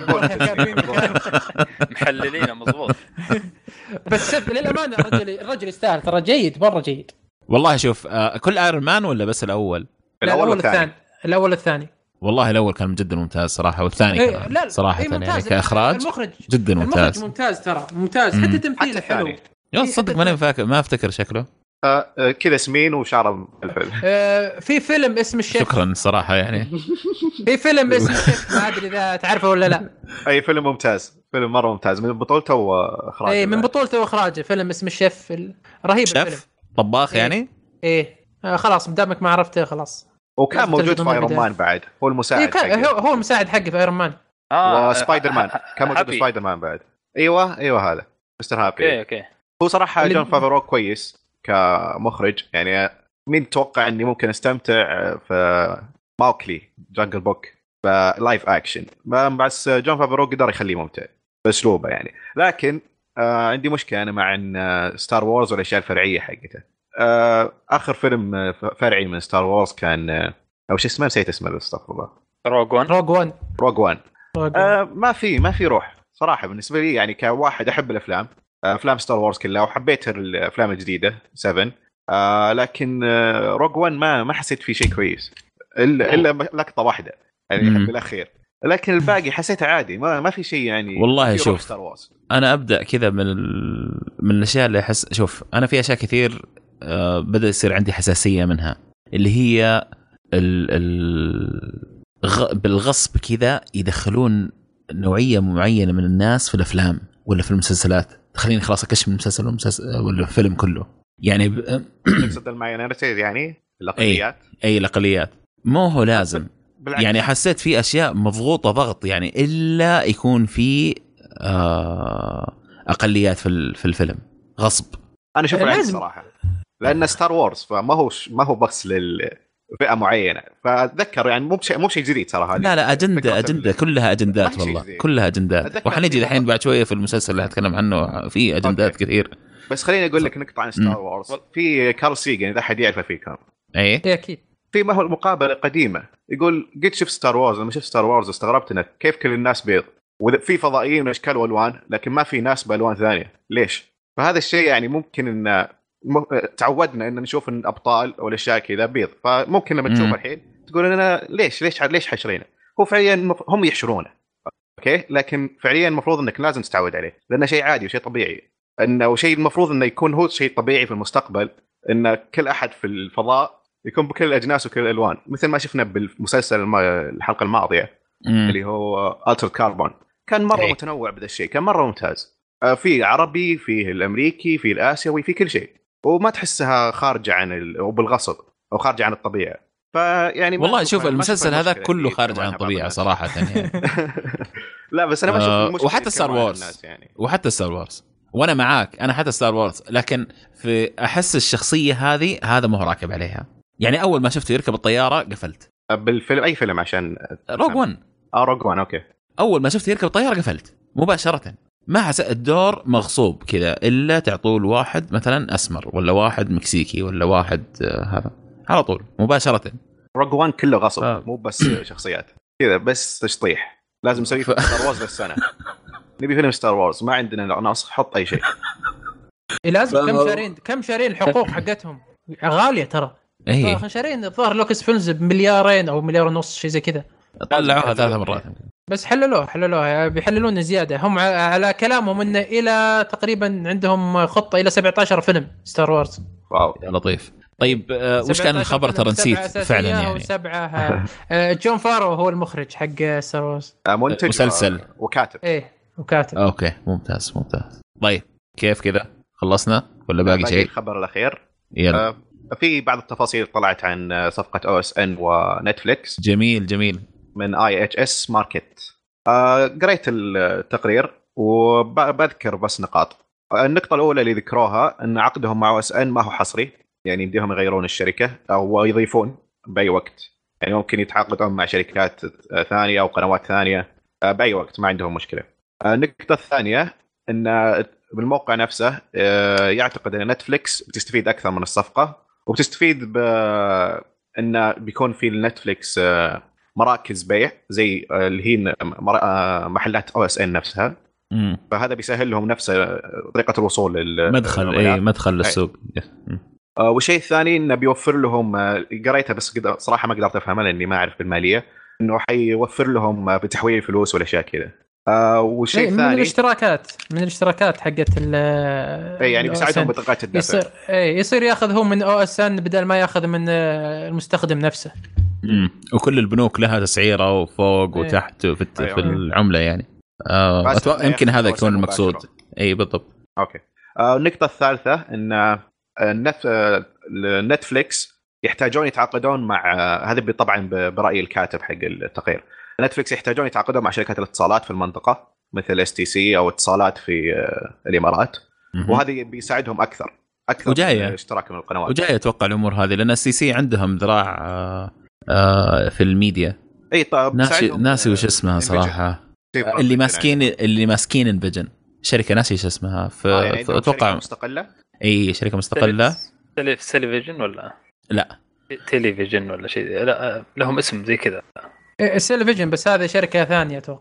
[SPEAKER 4] محللين مضبوط.
[SPEAKER 3] بس للأمانة الرجل يستاهل، ترى جيد مرة جيد
[SPEAKER 1] والله. شوف كل ايرون مان ولا بس الأول
[SPEAKER 3] والثاني؟ الأول والثاني. والله
[SPEAKER 1] الأول كان جدا ممتاز صراحة، والثاني كان صراحة يعني كإخراج جدا ممتاز.
[SPEAKER 3] المخرج ممتاز ترى، ممتاز حتى تمثيله حلو.
[SPEAKER 1] يا صدق ما أفتكر شكله
[SPEAKER 2] كذا سمين وشعره الفيلم.
[SPEAKER 3] في فيلم اسم الشيف.
[SPEAKER 1] شكرا صراحة يعني.
[SPEAKER 3] في فيلم اسم الشيف ما أدري إذا تعرفه ولا لا.
[SPEAKER 2] أي فيلم ممتاز، فيلم مرة ممتاز من بطولته وإخراجه.
[SPEAKER 3] أي من بطولته وإخراجه، فيلم اسم الشيف رهيب. الفيلم
[SPEAKER 1] طباخ يعني.
[SPEAKER 3] خلاص مدامك ما عرفته خلاص.
[SPEAKER 2] وكان موجود في ايرون مان بعد، هو المساعد
[SPEAKER 3] هو المساعد حقي في ايرون مان.
[SPEAKER 2] وسبايدر مان كان موجود في سبايدر مان بعد. ايوه هذا مستر هابي.
[SPEAKER 4] اوكي
[SPEAKER 2] هو صراحه جون فافرو كويس كمخرج يعني. مين توقع اني ممكن استمتع في ماوكلي جانجل بوك بلايف اكشن، بس جون فافرو قدر يخليه ممتع باسلوبه يعني. لكن عندي مشكله انا مع ان ستار وورز والاشياء الفرعيه حقته. اخر فيلم فرعي من ستار وورز كان او شو اسمه، نسيت اسمه، استغفر الله.
[SPEAKER 3] روج وان.
[SPEAKER 2] ما في روح صراحه بالنسبه لي، يعني كواحد احب الافلام، افلام ستار وورز كلها، وحبيت الافلام الجديده 7. لكن روج 1 ما حسيت فيه شيء كويس الا لقطه واحده يعني بالاخير، لكن الباقي حسيته عادي، ما في شيء يعني.
[SPEAKER 1] والله شوف انا ابدا كذا من الاشياء اللي احس، شوف انا في اشياء كثير بدا يصير عندي حساسيه منها، اللي هي بالغصب كذا يدخلون نوعيه معينه من الناس في الافلام ولا في المسلسلات، تخليني خلاص اكشف المسلسل ولا الفيلم كله يعني
[SPEAKER 2] تقصد الماينورتيز يعني الاقليات.
[SPEAKER 1] اي الاقليات مو هو لازم يعني حسيت في اشياء مضغوطه ضغط يعني الا يكون في اقليات في الفيلم غصب.
[SPEAKER 2] انا اشوف العكس صراحه، لان ستار وورز فما هو بس للفئه معينه، فاتذكر يعني مو شيء جديد صراحه.
[SPEAKER 1] لا اجنده كلها اجندات والله كلها اجندات، وحنيجي الحين بعد شويه في المسلسل اللي هتكلم عنه في اجندات كثير.
[SPEAKER 2] بس خليني اقول لك نقطه عن ستار وورز. في كارل سيجن اذا حد يعرفه فيكم.
[SPEAKER 1] اي
[SPEAKER 3] اكيد
[SPEAKER 2] في ما هو المقابله قديمه يقول قد شفت ستار وورز، لما شفت ستار وورز استغربت انك كيف كل الناس بيض وفي فضائيين اشكال والوان، لكن ما في ناس بالوان ثانيه ليش؟ فهذا الشيء يعني ممكن ان تعودنا ان نشوف ان ابطال او الاشياء كذا بيض، فممكن لما تشوف الحين تقول لنا ليش حشرينه. هو فعليا هم يحشرونه اوكي، لكن فعليا المفروض انك لازم تتعود عليه لانه شيء عادي وشيء طبيعي، انه شيء المفروض انه يكون هو شيء طبيعي في المستقبل، ان كل احد في الفضاء يكون بكل الاجناس وكل الالوان، مثل ما شفنا بالمسلسل الحلقه الماضيه اللي هو التر كاربون، كان مره متنوع بهذا الشيء، كان مره ممتاز. في عربي، في الامريكي، في الاسيوي، في كل شيء، وما تحسها خارجه عن او بالغصب او خارجه عن الطبيعه. فيعني
[SPEAKER 1] والله شوف المسلسل هذا كله خارج عن الطبيعه صراحه يعني.
[SPEAKER 2] لا بس انا ما اشوف
[SPEAKER 1] وحتى ستار وورز يعني. وحتى ستار وورز وانا معاك، انا حتى ستار وورز، لكن في احس الشخصيه هذا ما هو راكب عليها يعني. اول ما شفته يركب الطياره قفلت
[SPEAKER 2] بالفيلم. اي فيلم؟ عشان
[SPEAKER 1] روج 1.
[SPEAKER 2] روج 1 اوكي.
[SPEAKER 1] اول ما شفته يركب الطياره قفلت مباشره، ما حسيت الدور مغصوب كذا، الا تعطوا واحد مثلا اسمر ولا واحد مكسيكي ولا واحد هذا على طول مباشره.
[SPEAKER 2] روج 1 كله غصب مو بس شخصيات كذا بس تشطيح. لازم نسوي ستار وورز للسنه. نبي فيلم ستار وورز، ما عندنا ناقص حط اي شيء.
[SPEAKER 3] لازم كم شارين الحقوق حقتهم غاليه ترى. شارين الظاهر لوكس فيلمز بمليارين او مليار ونص شيء زي كذا،
[SPEAKER 1] طلعوها 3 مرات
[SPEAKER 3] بس حللوها بيحللون زياده. هم على كلامهم انه الى تقريبا عندهم خطه الى 17 فيلم ستار وورز.
[SPEAKER 2] واو
[SPEAKER 1] يا لطيف. طيب وش كان الخبر؟ ترى نسيت فعلا يعني.
[SPEAKER 3] 7 جون فارو هو المخرج حق ستار وورز،
[SPEAKER 2] منتج
[SPEAKER 1] مسلسل
[SPEAKER 2] وكاتب.
[SPEAKER 3] وكاتب.
[SPEAKER 1] اوكي ممتاز. طيب كيف كذا خلصنا ولا باقي شيء؟
[SPEAKER 2] الخبر الاخير
[SPEAKER 1] يلا.
[SPEAKER 2] في بعض التفاصيل طلعت عن صفقه OSN ونتفليكس.
[SPEAKER 1] جميل
[SPEAKER 2] من IHS ماركت. قريت التقرير وبذكر بس نقاط. النقطه الاولى اللي ذكروها ان عقدهم مع OSN ما هو حصري، يعني يمديهم يغيرون الشركه او يضيفون باي وقت، يعني ممكن يتعاقدون مع شركات ثانيه او قنوات ثانيه باي وقت، ما عندهم مشكله. النقطه الثانيه ان بالموقع نفسه يعتقد ان نتفليكس بتستفيد اكثر من الصفقه، وبتستفيد ان بيكون في النتفليكس مراكز بيع زي اللي هي محلات OSN نفسها. فهذا بيسهل لهم نفسه طريقه الوصول
[SPEAKER 1] مدخل للسوق.
[SPEAKER 2] والشيء الثاني انه بيوفر لهم، قريتها بس صراحه ما قدرت افهمها لاني ما اعرف بالماليه، انه حيوفر لهم بتحويل الفلوس والاشياء كذا. والشيء الثاني
[SPEAKER 3] من الاشتراكات حقت
[SPEAKER 2] يعني بيساعدهم بطريقه الدفع.
[SPEAKER 3] يصير ياخذ هو من OSN بدل ما ياخذ من المستخدم نفسه.
[SPEAKER 1] وكل البنوك لها تسعيره وفوق وتحت في العمله يعني. يمكن هذا يكون المقصود. اي بالضبط.
[SPEAKER 2] اوكي. النقطه الثالثه ان نتفليكس يحتاجون يتعاقدون مع هذا طبعا براي الكاتب حق التقرير. نتفليكس يحتاجون يتعاقدون مع شركات الاتصالات في المنطقه مثل STC او اتصالات في الامارات، وهذا بيساعدهم اكثر
[SPEAKER 1] وجايه
[SPEAKER 2] اشتراك من القنوات.
[SPEAKER 1] وجايه اتوقع الامور هذه لان STC عندهم ذراع في الميديا.
[SPEAKER 2] اي طيب
[SPEAKER 1] ناسي وش اسمها صراحه، اللي ماسكين انفيجن، شركه ناسي ايش اسمها.
[SPEAKER 2] يعني
[SPEAKER 1] اتوقع
[SPEAKER 2] مستقله.
[SPEAKER 1] اي شركه مستقله.
[SPEAKER 4] سيلفيجن ولا
[SPEAKER 1] لا
[SPEAKER 4] تيليفيجن ولا شيء، لا لهم اسم زي كذا.
[SPEAKER 3] سيلفيجن بس هذه شركه ثانيه اتوقع.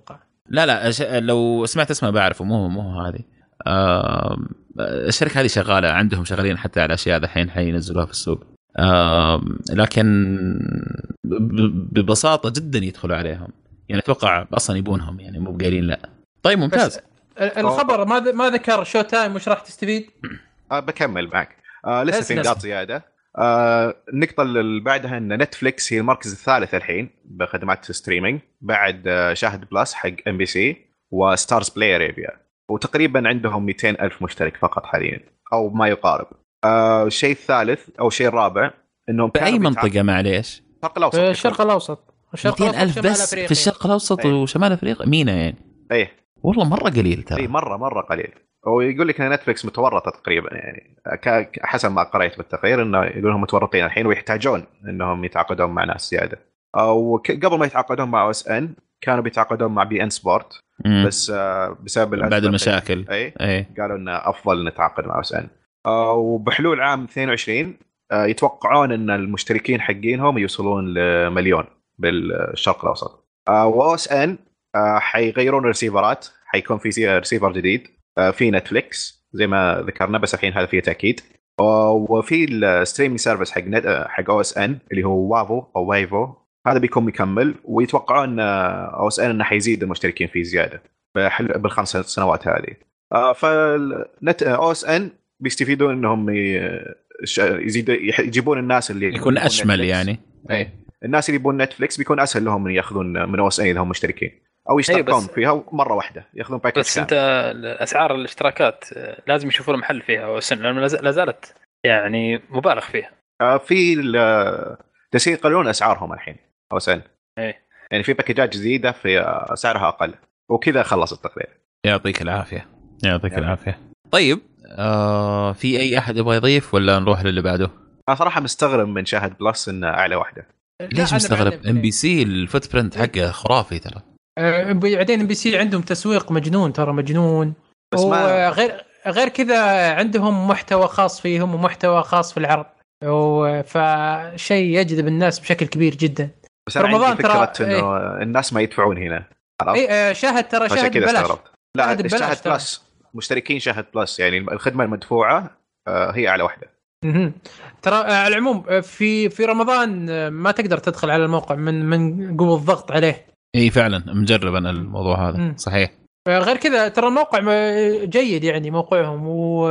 [SPEAKER 1] لا لو سمعت اسمه بعرفه، مو هذه. الشركه هذه شغاله عندهم، شغالين حتى على اشياء الحين حينزلوها في السوق. لكن ببساطه جدا يدخلوا عليهم، يعني اتوقع اصلا يبونهم، يعني مو قايلين لا. طيب ممتاز.
[SPEAKER 3] الخبر ما ذكر شو تايم وش راح تستفيد.
[SPEAKER 2] بكمل معك. لسه في نقاط زياده. النقطه اللي بعدها ان نتفليكس هي المركز الثالث الحين بخدمات ستريمينج بعد شاهد بلس حق ام بي سي وستارز بلاي ارابيا، وتقريبا عندهم 200 ألف مشترك فقط حاليا او ما يقارب. الشيء الثالث او الشيء الرابع انهم
[SPEAKER 1] باي منطقه معليش؟
[SPEAKER 3] الشرق الاوسط
[SPEAKER 1] 200 ألف بس في الشرق الاوسط وشمال افريقيا. مينا يعني
[SPEAKER 2] ايه
[SPEAKER 1] والله مره قليل ترى.
[SPEAKER 2] اي مره قليل. ويقول لك ان نتفلكس متورطه تقريبا، يعني حسب ما قرأت بالتقرير انه يقولون متورطين الحين ويحتاجون انهم يتعاقدون مع ناس زياده. او قبل ما يتعاقدون مع اس ان كانوا بيتعاقدون مع بي ان سبورت، بس بسبب
[SPEAKER 1] بعد المشاكل
[SPEAKER 2] اي قالوا انه افضل نتعاقد مع اس ان. وبحلول عام 22 يتوقعون ان المشتركين حقينهم يوصلون ل1,000,000 بالشرق الاوسط. واس ان حيغيرون الريسيفرات، حيكون في ريسيفر جديد في نتفليكس زي ما ذكرنا، بس الحين هذا فيه تاكيد. وفي الستريمينج سيرفيس حق او اس ان اللي هو وافو او وايفو، هذا بيكون مكمل، ويتوقعون او اس ان انه حيزيد المشتركين فيه زياده بالخمس سنوات هذه. فنت او اس ان بيستفيدون انهم يجيبون الناس اللي
[SPEAKER 1] يكون اشمل يعني.
[SPEAKER 2] اي الناس اللي يبون نتفليكس بيكون اسهل لهم ياخذون من او اس ان اذا هم مشتركين، او يشتركون فيها مره واحده ياخذون باكج.
[SPEAKER 4] بس انت اسعار الاشتراكات لازم يشوفون محل فيها، وسن لا زالت يعني مبالغ فيها.
[SPEAKER 2] في تسعير يقللون اسعارهم الحين او سن، يعني في باكجات جديده في سعرها اقل، وكذا خلص التقرير.
[SPEAKER 1] يعطيك العافيه. العافيه. طيب في اي احد يبغى يضيف ولا نروح للي بعده؟
[SPEAKER 2] انا صراحه مستغرب من شاهد بلس انه اعلى واحده.
[SPEAKER 1] ليش مستغرب؟ ام بي سي الفوت برنت حقه خرافي ترى.
[SPEAKER 3] بعدين ام بي سي عندهم تسويق مجنون، ترى مجنون. بس غير كذا عندهم محتوى خاص فيهم ومحتوى خاص في العرض، فشيء يجذب الناس بشكل كبير جدا.
[SPEAKER 2] بس رمضان ترى انه الناس ما يدفعون هنا.
[SPEAKER 3] شاهد ترى شاهد ببلاش.
[SPEAKER 2] لا شاهد بلس مشتركين شاهد بلس، يعني الخدمه المدفوعه هي اعلى واحده.
[SPEAKER 3] ترى على العموم في رمضان ما تقدر تدخل على الموقع من قوه الضغط عليه.
[SPEAKER 1] اي فعلا مجرب انا الموضوع هذا. صحيح.
[SPEAKER 3] غير كذا ترى الموقع جيد، يعني موقعهم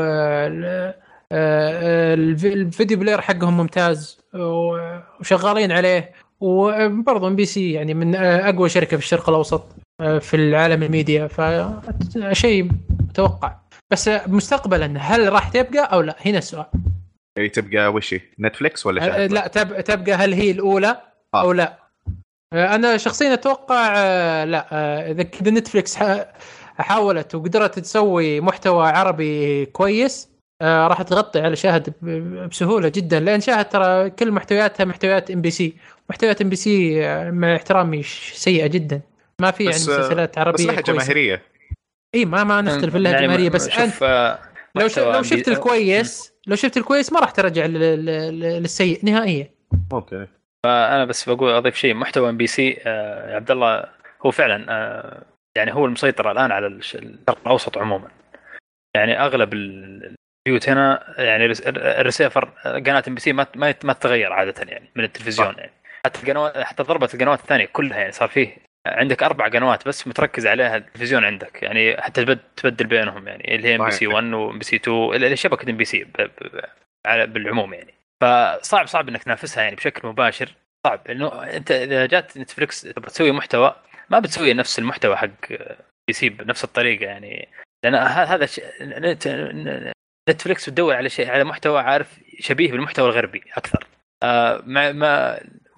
[SPEAKER 3] الفيديو بلاير حقهم ممتاز وشغالين عليه. وبرضه ام بي سي يعني من اقوى شركه في الشرق الاوسط في العالم الميديا، فشيء متوقع. بس مستقبلا هل راح تبقى او لا؟ هنا السؤال.
[SPEAKER 2] هي تبقى وشي نتفليكس ولا شاهد؟
[SPEAKER 3] لا تبقى هل هي الاولى او لا؟ انا شخصيا اتوقع لا. اذا كذا نتفليكس حاولت وقدرت تسوي محتوى عربي كويس راح تغطي على شاهد بسهوله جدا، لان شاهد ترى كل محتوياتها محتويات ام بي سي. محتويات ام بي سي مع احترامي سيئه جدا، ما في يعني مسلسلات عربيه
[SPEAKER 2] بس لها جماهيريه.
[SPEAKER 3] اي ما نختلف لها جماهيريه، بس انت لو شفت الكويس ما راح ترجع للسيء نهائيا.
[SPEAKER 2] اوكي.
[SPEAKER 4] فانا بس بقول اضيف شيء. محتوى ام بي سي يا عبد الله هو فعلا يعني هو المسيطر الان على الشرق الاوسط عموما. يعني اغلب البيوت هنا يعني الريسيفر قناه ام بي سي ما تتغير عاده يعني من التلفزيون. يعني حتى ضربت القنوات الثانيه كلها، يعني صار فيه عندك 4 قنوات بس متركز عليها التلفزيون عندك، يعني حتى تبدل بينهم، يعني اللي هي ام بي سي 1 وام بي سي 2 اللي شبكه ام بي سي بالعموم. يعني فصعب انك تنافسها يعني بشكل مباشر. صعب انه انت اذا جات نتفليكس تبغى تسوي محتوى ما بتسوي نفس المحتوى حق بي سي بنفس الطريقه، يعني لان هذا نتفليكس بتدور على شيء، على محتوى عارف شبيه بالمحتوى الغربي اكثر. ما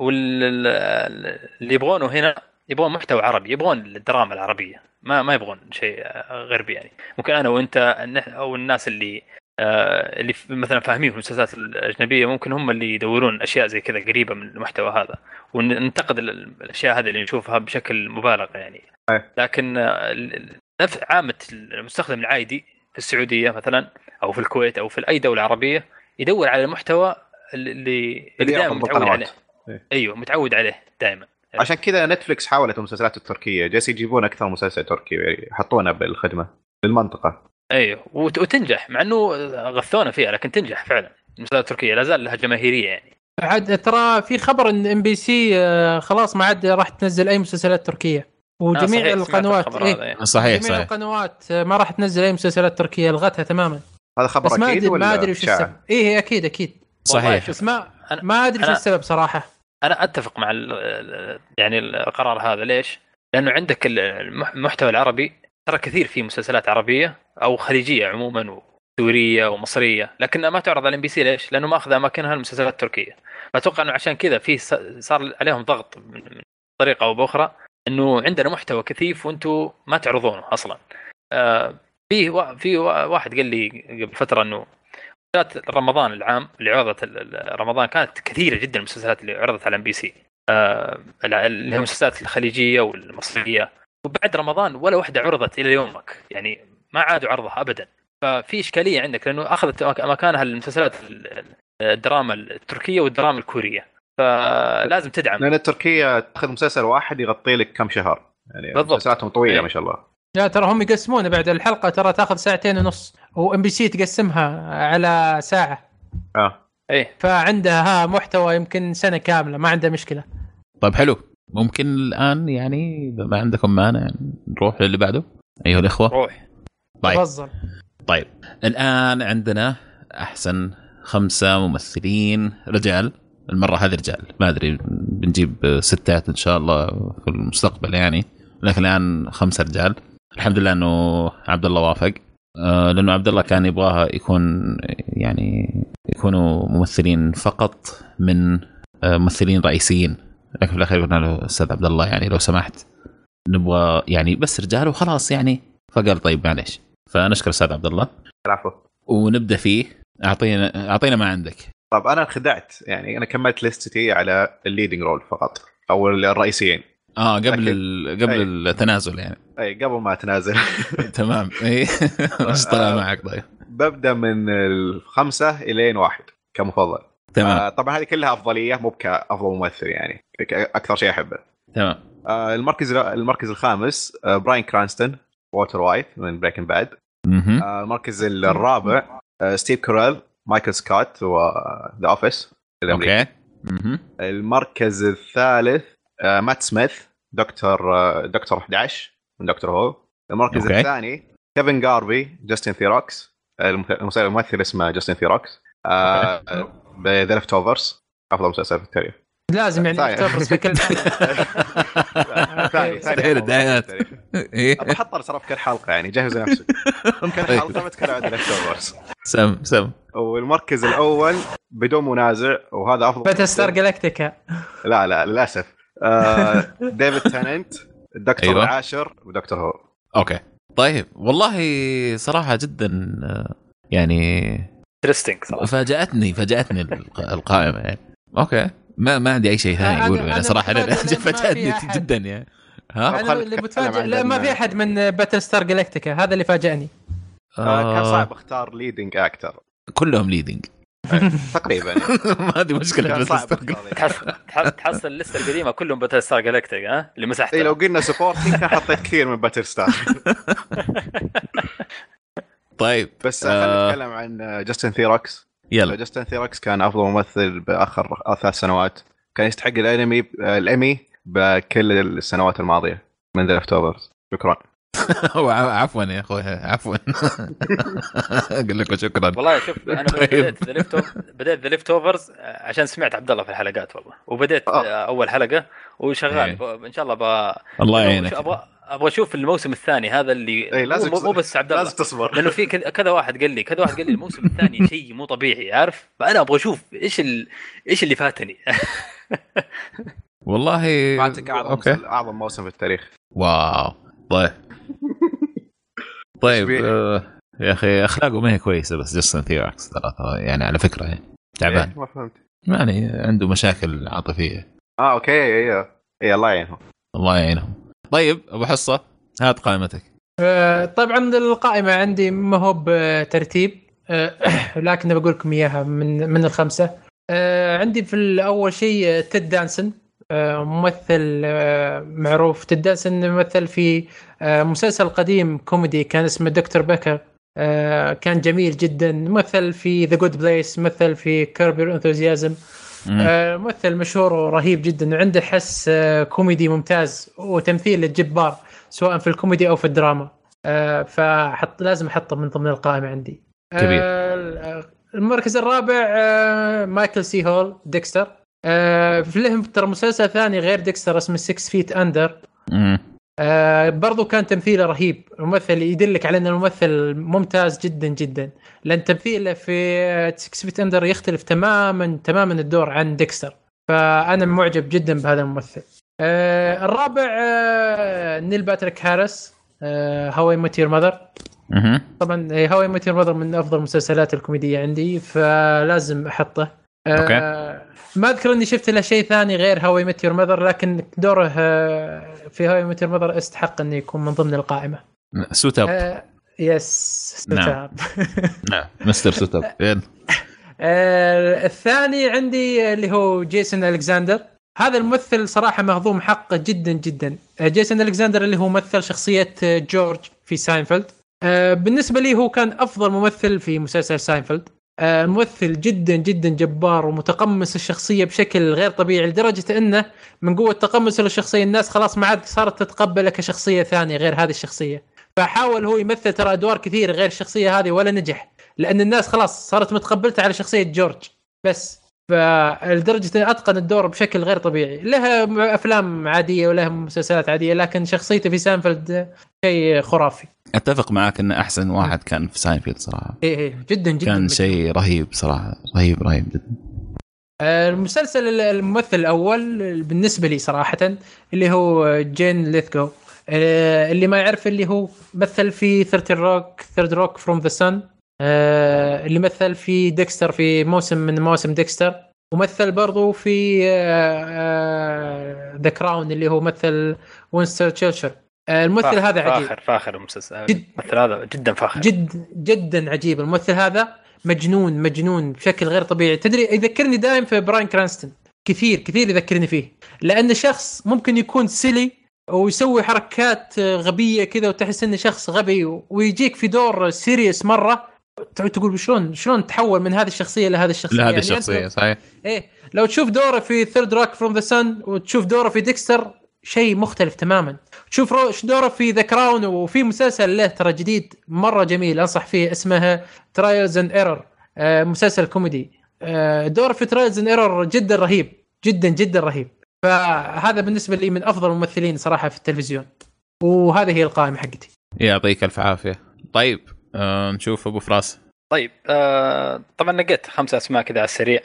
[SPEAKER 4] اللي يبغونه هنا يبغون محتوى عربي، يبغون الدراما العربيه، ما يبغون شيء غربي. يعني ممكن انا وانت او الناس اللي مثلا فاهمين في المسلسلات الأجنبية ممكن هم اللي يدورون أشياء زي كذا قريبة من المحتوى هذا، وننتقد الأشياء هذه اللي نشوفها بشكل مبالغ يعني. لكن عامة المستخدم العادي في السعودية مثلا أو في الكويت أو في أي دولة عربية يدور على المحتوى اللي دائما متعود عليه. أيوة متعود عليه دائما،
[SPEAKER 2] عشان كذا نتفليكس حاولت المسلسلات التركيه جالس يجيبون اكثر مسلسل تركي يحطونه بالخدمه للمنطقه.
[SPEAKER 4] ايوه وتنجح مع انه غثونا فيها لكن تنجح فعلا. المسلسلات التركيه لا زال لها جماهيريه يعني.
[SPEAKER 3] عاد ترى في خبر ان MBC خلاص ما عاد راح تنزل اي مسلسلات تركيه وجميع
[SPEAKER 4] صحيح.
[SPEAKER 3] القنوات
[SPEAKER 1] صحيح
[SPEAKER 3] جميع القنوات ما راح تنزل اي مسلسلات تركيه لغتها تماما.
[SPEAKER 2] هذا خبر اكيد ولا
[SPEAKER 3] ما ادري وش السبب. ايه اكيد
[SPEAKER 1] صحيح
[SPEAKER 3] بس ما ادري شو السبب صراحه.
[SPEAKER 4] انا اتفق مع يعني القرار هذا. ليش؟ لانه عندك المحتوى العربي ترى كثير فيه مسلسلات عربيه او خليجيه عموما وسوريه ومصريه لكنها ما تعرض على MBC. ليش؟ لانه ما اخذ اماكنها المسلسلات التركيه. فاتوقع انه عشان كذا في صار عليهم ضغط من طريقه او باخرى انه عندنا محتوى كثيف وانتم ما تعرضونه اصلا. في واحد قال لي قبل فتره انه مسلسلات رمضان العام اللي عرضت رمضان كانت كثيره جدا المسلسلات اللي عرضت على MBC اللي هي المسلسلات الخليجيه والمصريه. وبعد رمضان ولا واحده عرضت الى يومك يعني ما عادوا عرضها ابدا. ففي اشكاليه عندك لانه اخذت مكانها المسلسلات الدراما التركيه والدراما الكوريه. فلازم تدعم
[SPEAKER 2] لان التركيه تاخذ مسلسل واحد يغطي لك كم شهر يعني. مسلسلاتهم طويله ما شاء الله.
[SPEAKER 3] لا ترى هم يقسمون بعد الحلقه ترى تاخذ 2.5 ساعة وMBC تقسمها على ساعه.
[SPEAKER 4] ايه
[SPEAKER 3] فعندها محتوى يمكن سنه كامله ما عندها مشكله.
[SPEAKER 1] طيب حلو. ممكن الان يعني ما عندكم مانع نروح للي بعده ايها الاخوه؟
[SPEAKER 4] روح.
[SPEAKER 1] طيب الان عندنا احسن 5 ممثلين رجال. المره هذه رجال ما ادري بنجيب 6 ان شاء الله في المستقبل يعني لكن الان 5 رجال. الحمد لله انه عبد الله وافق لانه عبد الله كان يبغاها يكونوا ممثلين فقط من ممثلين رئيسيين لكن في الاخير قلنا له استاذ عبد الله يعني لو سمحت نبغى يعني بس رجال وخلاص يعني. فقال طيب معليش. فنشكر استاذ عبد الله.
[SPEAKER 2] العفو.
[SPEAKER 1] ونبدا فيه. اعطينا ما عندك.
[SPEAKER 2] طب انا خدعت يعني انا كملت ليستي على الليدنج رول فقط او الرئيسيين.
[SPEAKER 1] قبل التنازل يعني.
[SPEAKER 2] اي قبل ما اتنازل.
[SPEAKER 1] تمام. اي ايش طلع معك؟ طيب
[SPEAKER 2] ببدا من 5 إلى 1 كمفضل.
[SPEAKER 1] تمام.
[SPEAKER 2] طبعا هذه كلها افضليه مو كافضل ممثل يعني اكثر شيء احبه.
[SPEAKER 1] تمام.
[SPEAKER 2] المركز الخامس براين كرانستون ووتر وايت من بريكنج باد. المركز الرابع ستيف كوريل مايكل سكوت وذا اوفيس
[SPEAKER 1] اوكي.
[SPEAKER 2] المركز الثالث مات سميث دكتور 11 من دكتور هو. المركز الثاني كيفن جاربي جاستن ثيروكس. الممثل اسمه جاستن ثيروكس بذا ليفت اوفرز افضل مسلسل في التاريخ.
[SPEAKER 3] لازم يعني تفرس في كل
[SPEAKER 2] ثاني
[SPEAKER 1] الدعايات.
[SPEAKER 2] بحط صار في كل حلقه يعني جهز نفسك كل حلقه بتكلم عن ليفت اوفرز.
[SPEAKER 1] سم
[SPEAKER 2] والمركز الاول بدون منازع وهذا افضل
[SPEAKER 3] باتلستار جالاكتيكا.
[SPEAKER 2] لا للاسف ديفيد تاننت الدكتور العاشر ودكتور هو.
[SPEAKER 1] اوكي طيب والله صراحه جدا يعني
[SPEAKER 4] ترستنج
[SPEAKER 1] فاجأتني القائمه يعني. اوكي ما عندي اي شيء ثاني اقوله يعني صراحه فاجأتني جدا يعني.
[SPEAKER 3] اللي متفاجئ لا ما في احد من باتلستار جالاكتيكا هذا اللي فاجأني.
[SPEAKER 2] كان صعب اختار ليدنج اكتر.
[SPEAKER 1] كلهم ليدنج
[SPEAKER 2] تقريبا.
[SPEAKER 1] ما هذه مشكله.
[SPEAKER 4] تحصل اللسته القديمه كلهم باتل ستار جالاكتيك اللي مسحتها.
[SPEAKER 2] لو قلنا سبورتنج كان حطيت كثير من باتل ستار.
[SPEAKER 1] طيب
[SPEAKER 2] بس خلينا نتكلم عن جاستن ثيروكس.
[SPEAKER 1] يلا.
[SPEAKER 2] جاستن ثيروكس كان افضل ممثل باخر 3 سنوات. كان يستحق الامي بكل السنوات الماضيه من ذا ليفت اوفرز. شكرا.
[SPEAKER 1] عفوا يا اخوي عفوا. اقول لك شكرا.
[SPEAKER 4] والله شوف انا بديت ذا ليفت اوفرز عشان سمعت عبد الله في الحلقات والله وبديت اول حلقه وشغال ان شاء الله
[SPEAKER 1] الله يعينك.
[SPEAKER 4] ابغى اشوف الموسم الثاني هذا اللي مو بس عبد الله
[SPEAKER 2] لازم تصبر
[SPEAKER 4] لانه في كذا واحد قال لي الموسم الثاني شيء مو طبيعي عارف. فانا ابغى اشوف ايش اللي فاتني.
[SPEAKER 1] والله
[SPEAKER 2] فاتك اعظم موسم في التاريخ.
[SPEAKER 1] واو طيب يا اخي اخلاقه ما هي كويسه بس جاستن ثيروكس ترى يعني على فكره يعني تعبان.
[SPEAKER 2] ما فهمت
[SPEAKER 1] يعني عنده مشاكل عاطفيه.
[SPEAKER 2] اوكي اي الله يعينهم. طيب ابو حصه هات قائمتك.
[SPEAKER 3] طبعا القائمه عندي ما هو بترتيب لكن بقول لكم اياها من ال5. عندي في الاول شيء تيد دانسون ممثل معروف، تيد دانسون مثل في مسلسل قديم كوميدي كان اسمه دكتور بيكر، كان جميل جدا. مثل في ذا جود بليس، مثل في كيربي انثوزيازم، ممثل مشهور ورهيب جدا، وعنده حس كوميدي ممتاز وتمثيل جبار سواء في الكوميدي او في الدراما. لازم احطه من ضمن القائمه عندي.
[SPEAKER 1] كبير.
[SPEAKER 3] المركز الرابع مايكل سي هول ديكستر. في لهم ترى مسلسل ثاني غير ديكستر اسمه 6 فيت اندر، برضو كان تمثيله رهيب. الممثل يدلك على ان الممثل ممتاز جدا جدا، لان تمثيله في 6 فيت اندر يختلف تماما الدور عن ديكستر، فانا معجب جدا بهذا الممثل. الرابع نيل باتريك هاريس، هاو ميت يور ماذر. طبعا هاو ميت يور ماذر من افضل المسلسلات الكوميديه عندي، فلازم احطه. ما اذكر اني شفت له شيء ثاني غير هاو ميت يور ماذر، لكن دوره في هاو ميت يور ماذر استحق انه يكون من ضمن القائمه.
[SPEAKER 1] سوتاب.
[SPEAKER 3] يس سوتاب.
[SPEAKER 1] نعم مستر سوتاب.
[SPEAKER 3] الثاني عندي اللي هو جيسون ألكساندر. هذا الممثل صراحة مهضوم حقه جدا جدا. جيسون ألكساندر اللي هو مثل شخصية جورج في ساينفيلد. بالنسبة لي هو كان أفضل ممثل في مسلسل ساينفيلد. ممثل جدا جدا جبار ومتقمص الشخصية بشكل غير طبيعي، لدرجة أنه من قوة تقمص الشخصية الناس خلاص ما عاد صارت تتقبله كشخصية ثانية غير هذه الشخصية. فحاول هو يمثل ترى أدوار كثير غير الشخصية هذه ولا نجح، لأن الناس خلاص صارت متقبلته على شخصية جورج بس. فلدرجة أنه أتقن الدور بشكل غير طبيعي. لها أفلام عادية ولها مسلسلات عادية، لكن شخصيته في ساينفيلد شيء خرافي.
[SPEAKER 1] اتفق معك ان احسن واحد كان في ساينفيلد صراحه.
[SPEAKER 3] ايه جدا جدا
[SPEAKER 1] كان شيء رهيب صراحه، رهيب جدا.
[SPEAKER 3] المسلسل الممثل الاول بالنسبه لي صراحه اللي هو جين ليثجو. اللي ما يعرف اللي هو مثل في ثيرد روك فروم ذا سن، اللي مثل في ديكستر في موسم من مواسم ديكستر، ومثل برضو في ذا كراون اللي هو مثل وينستون تشرشل. الممثل هذا عجيب،
[SPEAKER 4] فاخر المسلسل. الممثل هذا جدا فاخر،
[SPEAKER 3] جدا عجيب. الممثل هذا مجنون بشكل غير طبيعي. تدري يذكرني دائم في براين كرانستون، كثير يذكرني فيه، لأن شخص ممكن يكون سيلي ويسوي حركات غبية كذا وتحس إنه شخص غبي، ويجيك في دور سيريس مرة تقول شلون تحول من هذه الشخصية لهذه الشخصية.
[SPEAKER 1] يعني الشخصية صحيح.
[SPEAKER 3] إيه لو تشوف دوره في ثيرد روك فروم ذا سن وتشوف دوره في ديكستر شيء مختلف تماما. شوف دوره في ذا كراون، وفي مسلسل له ترى جديد مرة جميل أنصح فيه اسمه ترايلز اند ايرور، مسلسل كوميدي. دوره في ترايلز اند ايرور جدا رهيب، جدا رهيب. فهذا بالنسبة لي من أفضل الممثلين صراحة في التلفزيون، وهذه هي القائمة حقتي.
[SPEAKER 1] يعطيك ألف عافية. طيب نشوف أبو فراس.
[SPEAKER 4] طيب طبعا نقيت 5 أسماء كذا على السريع.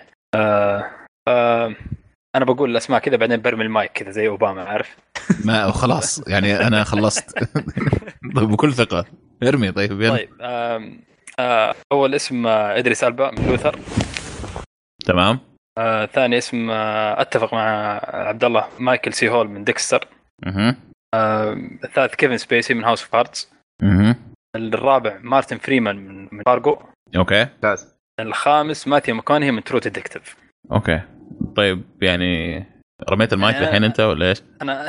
[SPEAKER 4] أنا بقول الأسماء كذا بعدين برمي المايك كذا زي أوباما، عارف؟
[SPEAKER 1] ما خلاص يعني أنا خلصت. بكل ثقة ارمي. طيب يلا.
[SPEAKER 4] طيب أول اسم إدريس ألبا من لوثر.
[SPEAKER 1] تمام.
[SPEAKER 4] ثاني اسم أتفق مع عبد الله مايكل سي هول من ديكستر. الثالث كيفن سبيسي من هاوس اوف كاردز. الرابع مارتن فريمان من فارغو.
[SPEAKER 1] اوكي.
[SPEAKER 4] الخامس ماثيو ماكونهي من ترو ديتكتيف.
[SPEAKER 1] اوكي. طيب يعني رميت المايك الحين انت ولا ايش؟
[SPEAKER 4] انا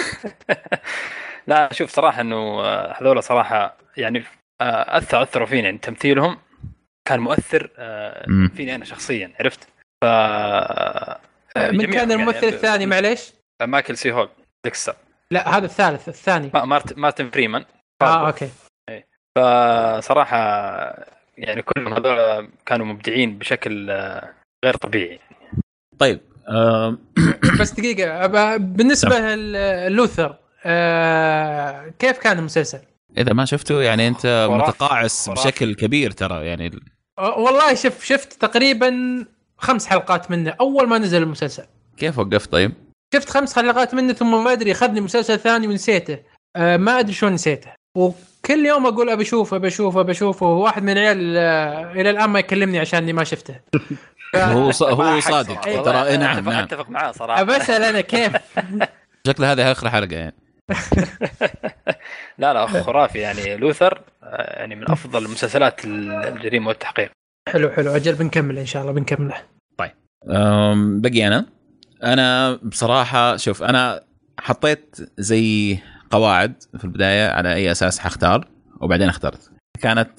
[SPEAKER 4] لا شوف صراحه انه هذول صراحه يعني اثروا فيني، يعني تمثيلهم كان مؤثر فيني انا شخصيا، عرفت؟
[SPEAKER 3] من كان الممثل يعني الثاني معليش؟
[SPEAKER 4] مايكل سي هول ديكستر.
[SPEAKER 3] لا هذا الثاني
[SPEAKER 4] مارتن فريمان.
[SPEAKER 3] اوكي.
[SPEAKER 4] فصراحه يعني كلهم هذول كانوا مبدعين بشكل غير طبيعي.
[SPEAKER 1] طيب
[SPEAKER 3] بس دقيقه بالنسبه للوثر كيف كان المسلسل؟
[SPEAKER 1] اذا ما شفته يعني انت متقاعس بشكل كبير ترى يعني.
[SPEAKER 3] والله شفت تقريبا 5 حلقات منه اول ما نزل المسلسل.
[SPEAKER 1] كيف وقفت؟ طيب
[SPEAKER 3] شفت 5 حلقات منه ثم ما ادري اخذني مسلسل ثاني ونسيته. ما ادري شلون نسيته، وكل يوم اقول ابي اشوفه وواحد من العيال الى الان ما يكلمني عشاني ما شفته.
[SPEAKER 1] هو صادق ترى. نعم
[SPEAKER 4] اتفق معاه صراحه.
[SPEAKER 3] بسأل انا كيف
[SPEAKER 1] شكله هذه اخر حلقه يعني.
[SPEAKER 4] لا خرافي يعني. لوثر يعني من افضل المسلسلات الجريمه والتحقيق.
[SPEAKER 3] حلو اجل بنكمل ان شاء الله بنكمله.
[SPEAKER 1] طيب بقي انا انا بصراحه شوف، انا حطيت زي قواعد في البدايه على اي اساس حختار، وبعدين اخترت. كانت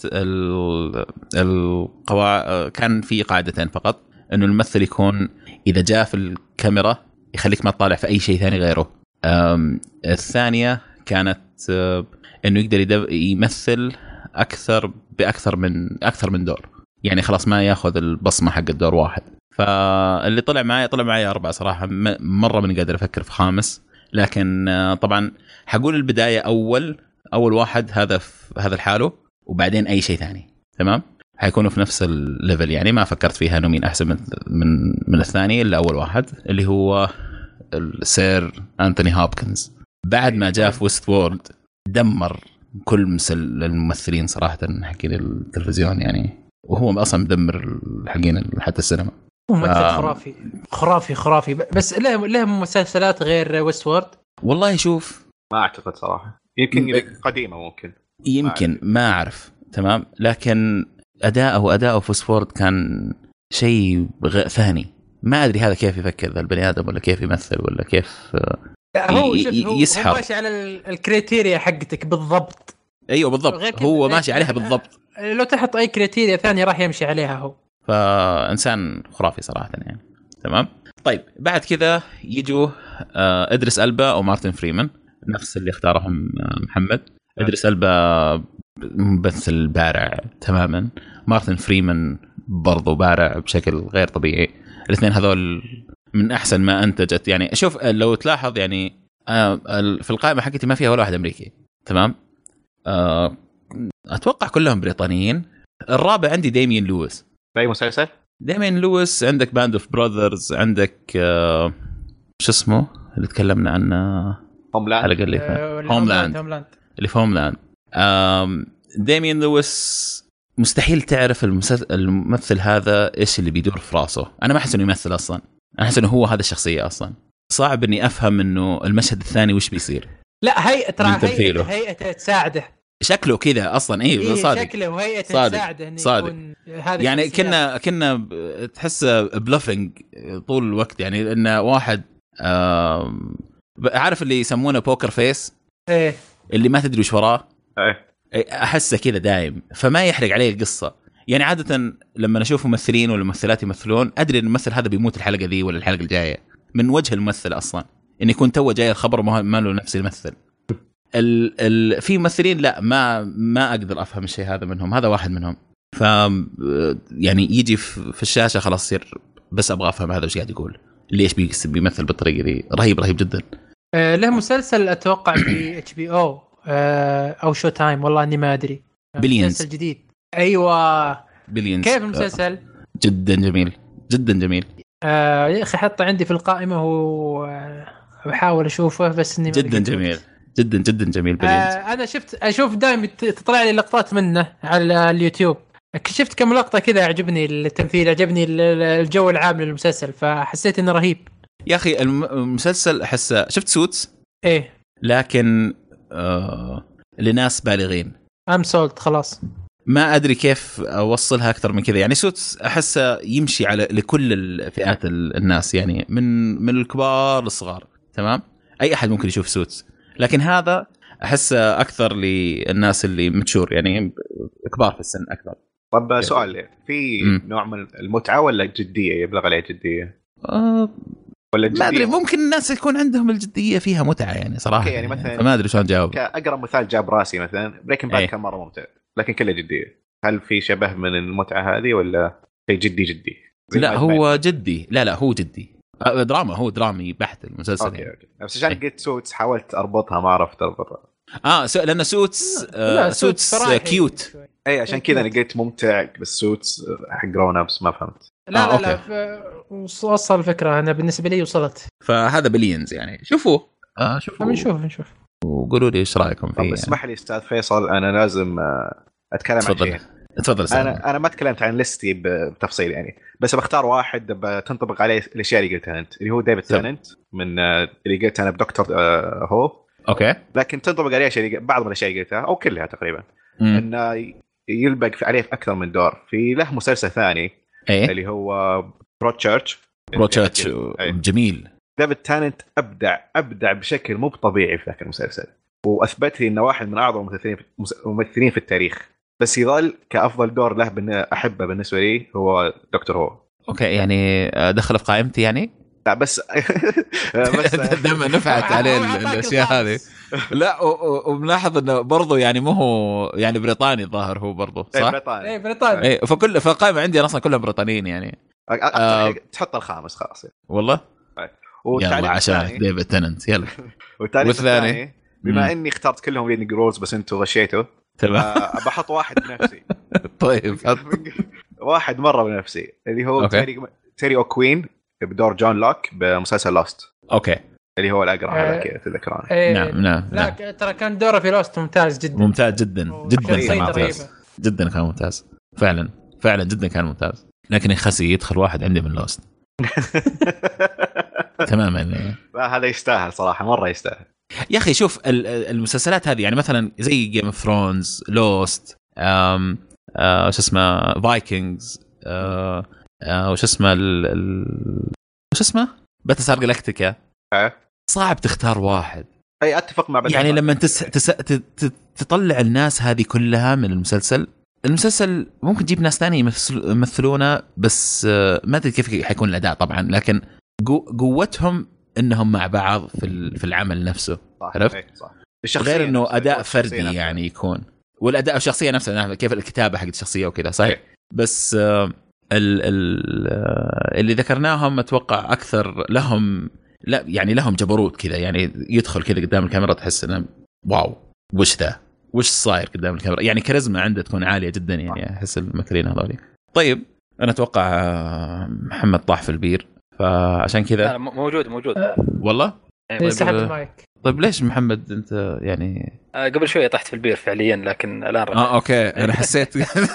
[SPEAKER 1] القواعد كان في قاعدتين فقط، انه الممثل يكون اذا جاء في الكاميرا يخليك ما تطالع في اي شيء ثاني غيره. الثانيه كانت انه يقدر يمثل باكثر من دور، يعني خلاص ما ياخذ البصمه حق الدور واحد. فاللي طلع معي 4 صراحه، مره من قادر افكر في خامس. لكن طبعا حقول البدايه اول واحد هذا الحاله، وبعدين اي شيء ثاني. تمام، حيكونوا في نفس الليفل، يعني ما فكرت فيها انه مين احسن من الثاني الا اول واحد، اللي هو السير أنتوني هوبكنز. بعد ما جاء في ويست وورد دمر كل الممثلين صراحه حقين التلفزيون يعني، وهو اصلا مدمر حقين حتى السينما.
[SPEAKER 3] ممثل خرافي. بس له مسلسلات غير ويست وورد؟
[SPEAKER 1] والله شوف،
[SPEAKER 2] ما اعتقد صراحه، يمكن قديمه، ممكن
[SPEAKER 1] ما اعرف. تمام، لكن اداؤه في ويست وورد كان شيء ثاني. ما ادري هذا كيف يفكر ذا البني ادم، ولا كيف يمثل، ولا كيف يسحر.
[SPEAKER 3] هو ماشي على الكريتيريا حقتك بالضبط.
[SPEAKER 1] ايوه بالضبط، هو ماشي عليها بالضبط.
[SPEAKER 3] لو تحط اي كريتيريا ثانيه راح يمشي عليها هو.
[SPEAKER 1] فانسان خرافي صراحه يعني. تمام. طيب بعد كذا يجوا ادريس ألبا او مارتن فريمان، نفس اللي اختارهم محمد. ادريس ألبا ممثل بارع تماما، مارتن فريمان برضو بارع بشكل غير طبيعي. الاثنين هذول من احسن ما انتجت. يعني شوف لو تلاحظ يعني في القائمه حقتي ما فيها ولا واحد امريكي. تمام، اتوقع كلهم بريطانيين. الرابع عندي ديميان لويس.
[SPEAKER 2] باي مسلسل
[SPEAKER 1] ديميان لويس؟ عندك باند اوف براذرز، عندك شو اسمه اللي تكلمنا عنه،
[SPEAKER 2] هوملاند،
[SPEAKER 1] الحلقه اللي في هوملاند. ديميان لويس مستحيل تعرف الممثل هذا ايش اللي بيدور في راسه. انا ما احس انه يمثل اصلا، انا احس انه هو هذا الشخصيه اصلا. صعب اني افهم انه المشهد الثاني وش بيصير.
[SPEAKER 3] لا هيئته تساعده،
[SPEAKER 1] شكله كذا اصلا. ايه صادق،
[SPEAKER 3] شكله وهيئته تساعده انه يكون هذا
[SPEAKER 1] يعني كنا تحس بلوفينج طول الوقت، يعني لان واحد عارف اللي يسمونه بوكر فيس،
[SPEAKER 3] ايه
[SPEAKER 1] اللي ما تدري وش وراه.
[SPEAKER 2] ايه
[SPEAKER 1] احسه كذا دايم، فما يحرق عليه القصه. يعني عاده لما اشوف ممثلين ولا ممثلات يمثلون ادري ان الممثل هذا بيموت الحلقه ذي ولا الحلقه الجايه، من وجه الممثل اصلا ان يكون توه جاي الخبر ما له نفس يمثل. في ممثلين لا، ما اقدر افهم الشيء هذا منهم. هذا واحد منهم. ف يعني يجي في الشاشه خلاص يصير بس ابغى افهم هذا وش قاعد يقول، ليش بيمثل بالطريقه دي. رهيب جدا.
[SPEAKER 3] له مسلسل اتوقع في HBO او شو تايم، والله اني ما ادري. مسلسل جديد. ايوه
[SPEAKER 1] بليونز.
[SPEAKER 3] كيف المسلسل؟
[SPEAKER 1] جدا جميل.
[SPEAKER 3] يا اخي حطه عندي في القائمه وبحاول اشوفه، بس اني
[SPEAKER 1] جدا جميل بليونز.
[SPEAKER 3] انا اشوف دائما تطلع لي لقطات منه على اليوتيوب. شفت كم لقطه كذا، عجبني التمثيل، عجبني الجو العام للمسلسل، فحسيت انه رهيب
[SPEAKER 1] يا اخي. المسلسل احسه، شفت سوتس؟
[SPEAKER 3] ايه
[SPEAKER 1] لكن لناس بالغين.
[SPEAKER 3] سولت خلاص.
[SPEAKER 1] ما ادري كيف اوصلها اكثر من كذا. يعني سوتس احسه يمشي على لكل الفئات الناس، يعني من الكبار للصغار. تمام، اي احد ممكن يشوف سوتس. لكن هذا احسه اكثر للناس اللي متشور، يعني كبار في السن اكثر.
[SPEAKER 2] طب سؤال، في نوع من المتعه ولا الجديه يبلغ عليها جديه؟ ولا الجدية؟
[SPEAKER 1] ما ادري، ممكن الناس يكون عندهم الجديه فيها متعه يعني صراحه.
[SPEAKER 2] يعني مثلا
[SPEAKER 1] فما ادري شلون جاوب.
[SPEAKER 2] اقرب مثال جاب راسي مثلا بريكنج باد كان مره ممتع لكن كله جديه. هل في شبه من المتعه هذه ولا شيء جدي؟
[SPEAKER 1] لا هو جدي. لا هو جدي. دراما، هو درامي بحت المسلسل.
[SPEAKER 2] أوكي. بس عشان قلت سوتس حاولت اربطها، ما عرفت اربطها.
[SPEAKER 1] لان سوتس كيوت.
[SPEAKER 2] اي عشان كذا انا قلت ممتع، بس سوتس حق جرون ابس ما فهمت.
[SPEAKER 3] لا وصل الفكره. انا بالنسبه لي وصلت.
[SPEAKER 1] فهذا بليونز يعني. شوفوا
[SPEAKER 3] نشوف
[SPEAKER 1] وقولوا لي ايش رايكم فيه.
[SPEAKER 2] اسمح لي استاذ فيصل، انا لازم اتكلم عن شيء.
[SPEAKER 1] تفضل.
[SPEAKER 2] انا ما تكلمت عن ليستي بتفصيل يعني، بس بختار واحد بتنطبق عليه الاشياء اللي قلتها انت، اللي هو ديفيد تيننت من اللي قلت انا بدكتور هو.
[SPEAKER 1] اوكي.
[SPEAKER 2] لكن تنطبق عليه شيء، بعض من الاشياء اللي قلتها او كلها تقريبا. انه يلبق عليه في اكثر من دور. في له مسلسل ثاني اللي هو برود تشيرش،
[SPEAKER 1] بروتشاتش جميل.
[SPEAKER 2] ديفيد تاننت ابدع بشكل مو طبيعي في ذاك المسلسل، واثبت لي انه واحد من اعظم الممثلين في التاريخ، بس يظل كافضل دور له احبه بالنسبه لي هو دكتور هو.
[SPEAKER 1] اوكي يعني دخل في قائمتي يعني.
[SPEAKER 2] لا بس
[SPEAKER 1] دائما نفعت عليه الاشياء هذه. لا وملاحظ انه برضه يعني مو هو يعني بريطاني الظاهر هو برضه صح.
[SPEAKER 3] بريطاني
[SPEAKER 1] فكل فالقائمه عندي اصلا كلهم بريطانيين يعني.
[SPEAKER 2] تحط الخامس خلاص
[SPEAKER 1] والله. يلا عشان ديفيد تننت يلا.
[SPEAKER 2] والثاني بما اني اخترت كلهم لين جروز بس انتوا غشيتوا تمام. بحط واحد بنفسي.
[SPEAKER 1] طيب
[SPEAKER 2] واحد مره بنفسي اللي هو تيري أوكوين بدور جون لوك بمسلسل لوست.
[SPEAKER 1] اوكي
[SPEAKER 2] اللي هو الاقرع هذا كذا تذكرونه.
[SPEAKER 1] نعم
[SPEAKER 3] لا ترى كان دوره في لوست ممتاز جدا
[SPEAKER 1] كان ممتاز جدا كان ممتاز فعلا جدا كان ممتاز. لكن يخسي يدخل واحد عندي من لوست تماما يعني.
[SPEAKER 2] هذا يستاهل صراحه مره يستاهل
[SPEAKER 1] يا اخي. شوف المسلسلات هذه يعني مثلا زي جيم اوف ثرونز لوست وش اسمه فايكنجز وش اسمه وش اسمه باتلستار جالاكتيكا. صعب تختار واحد.
[SPEAKER 2] اي اتفق مع
[SPEAKER 1] يعني لما تطلع الناس هذه كلها من المسلسل ممكن تجيب ناس ثانيه يمثلونه بس ما ادري كيف حيكون الاداء طبعا، لكن قوتهم انهم مع بعض في العمل نفسه. عرفت غير انه اداء فردي يعني يكون، والاداء الشخصيه نفسها كيف الكتابه حق الشخصيه وكذا صحيح. بس اللي ذكرناهم اتوقع اكثر لهم لا يعني لهم جبروت كذا، يعني يدخل كذا قدام الكاميرا تحس انه واو وش ذا وش صاير قدام الكاميرا، يعني كاريزما عنده تكون عاليه جدا يعني احس الممثلين هذول. طيب انا اتوقع محمد طاح في البير فعشان كذا
[SPEAKER 4] موجود
[SPEAKER 1] والله.
[SPEAKER 3] سحب المايك.
[SPEAKER 1] طيب ليش محمد انت يعني
[SPEAKER 4] قبل شويه طحت في البير فعليا لكن الان رجعت.
[SPEAKER 1] اوكي انا حسيت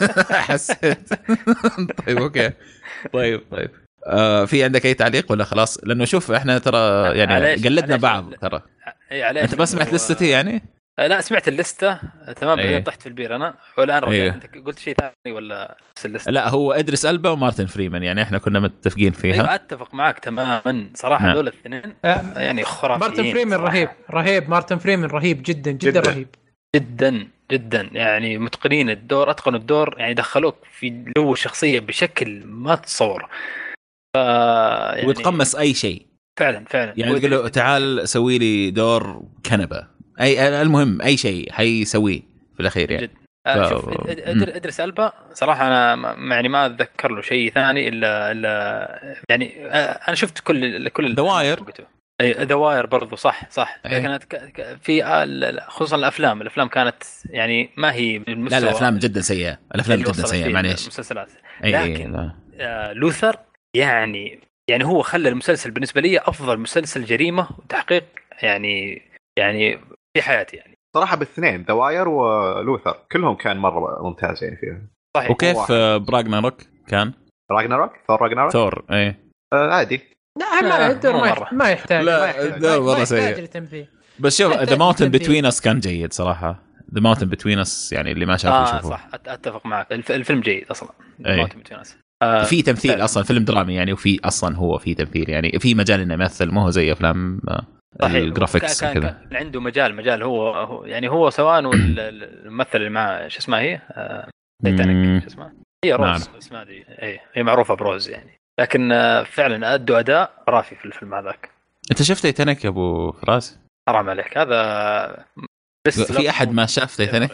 [SPEAKER 1] طيب اوكي طيب في عندك اي تعليق ولا خلاص؟ لانه شوف احنا ترى يعني قلدنا بعض ترى. انت ما سمعت لستي يعني؟
[SPEAKER 4] لا سمعت اللستة تمام. بعدين طحت في البير أنا والآن رجعت. أنت قلت شيء ثاني ولا نفس اللستة؟
[SPEAKER 1] لا هو إدريس ألبا ومارتن فريمان يعني إحنا كنا متفقين فيها.
[SPEAKER 4] أيوة أتفق معك تماما صراحة. دول الاثنين يعني خرافيين.
[SPEAKER 3] مارتن فريمان رهيب مارتن فريمان رهيب جدا رهيب جدا يعني متقنين الدور، أتقنوا الدور يعني دخلوك في جو الشخصية بشكل ما تتصور.
[SPEAKER 1] يعني وتقمص أي شيء فعلا يعني تقول له تعال سوي لي دور كنبة اي المهم اي شيء حيسويه في الاخير يعني.
[SPEAKER 4] شوف ادرس ألبا صراحه انا يعني ما اتذكر له شيء ثاني الا يعني انا شفت كل
[SPEAKER 1] دواير.
[SPEAKER 4] اي دواير برضو صح كانت في خصوصا الافلام كانت يعني ما هي بالمستوى.
[SPEAKER 1] لا الافلام جدا سيئه معليش
[SPEAKER 4] المسلسلات. لكن لوثر يعني هو خلى المسلسل بالنسبه لي افضل مسلسل جريمه وتحقيق يعني في حياتي يعني
[SPEAKER 2] صراحه بالاثنين دواير ولوثر كلهم كان مره ممتاز يعني فيهم.
[SPEAKER 1] صحيح. وكيف براغناروك كان ثور اي
[SPEAKER 2] عادي.
[SPEAKER 3] لا ما يحتاج.
[SPEAKER 1] لا والله سيء. بس شوف The Mountain Between Us كان جيد صراحه. The Mountain Between Us يعني اللي ما شافه يشوفه.
[SPEAKER 4] صح اتفق معك. الفيلم جيد اصلا. The Mountain Between Us
[SPEAKER 1] في تمثيل اصلا فيلم درامي يعني وفي اصلا هو في تمثيل يعني في مجال انه يمثل مو زي افلام الجرافيكس كذا.
[SPEAKER 4] عنده مجال هو يعني هو سواء الممثل اللي معه شو اسمها هي تايتانيك شو اسمها هي روز اسمها دي هي معروفة بروز يعني. لكن فعلا أدوا أداء رافي في الفيلم هذاك.
[SPEAKER 1] أنت شفت تايتانيك يا أبو فراس؟
[SPEAKER 4] حرام عليك هذا
[SPEAKER 1] بس في أحد ما شاف تايتانيك؟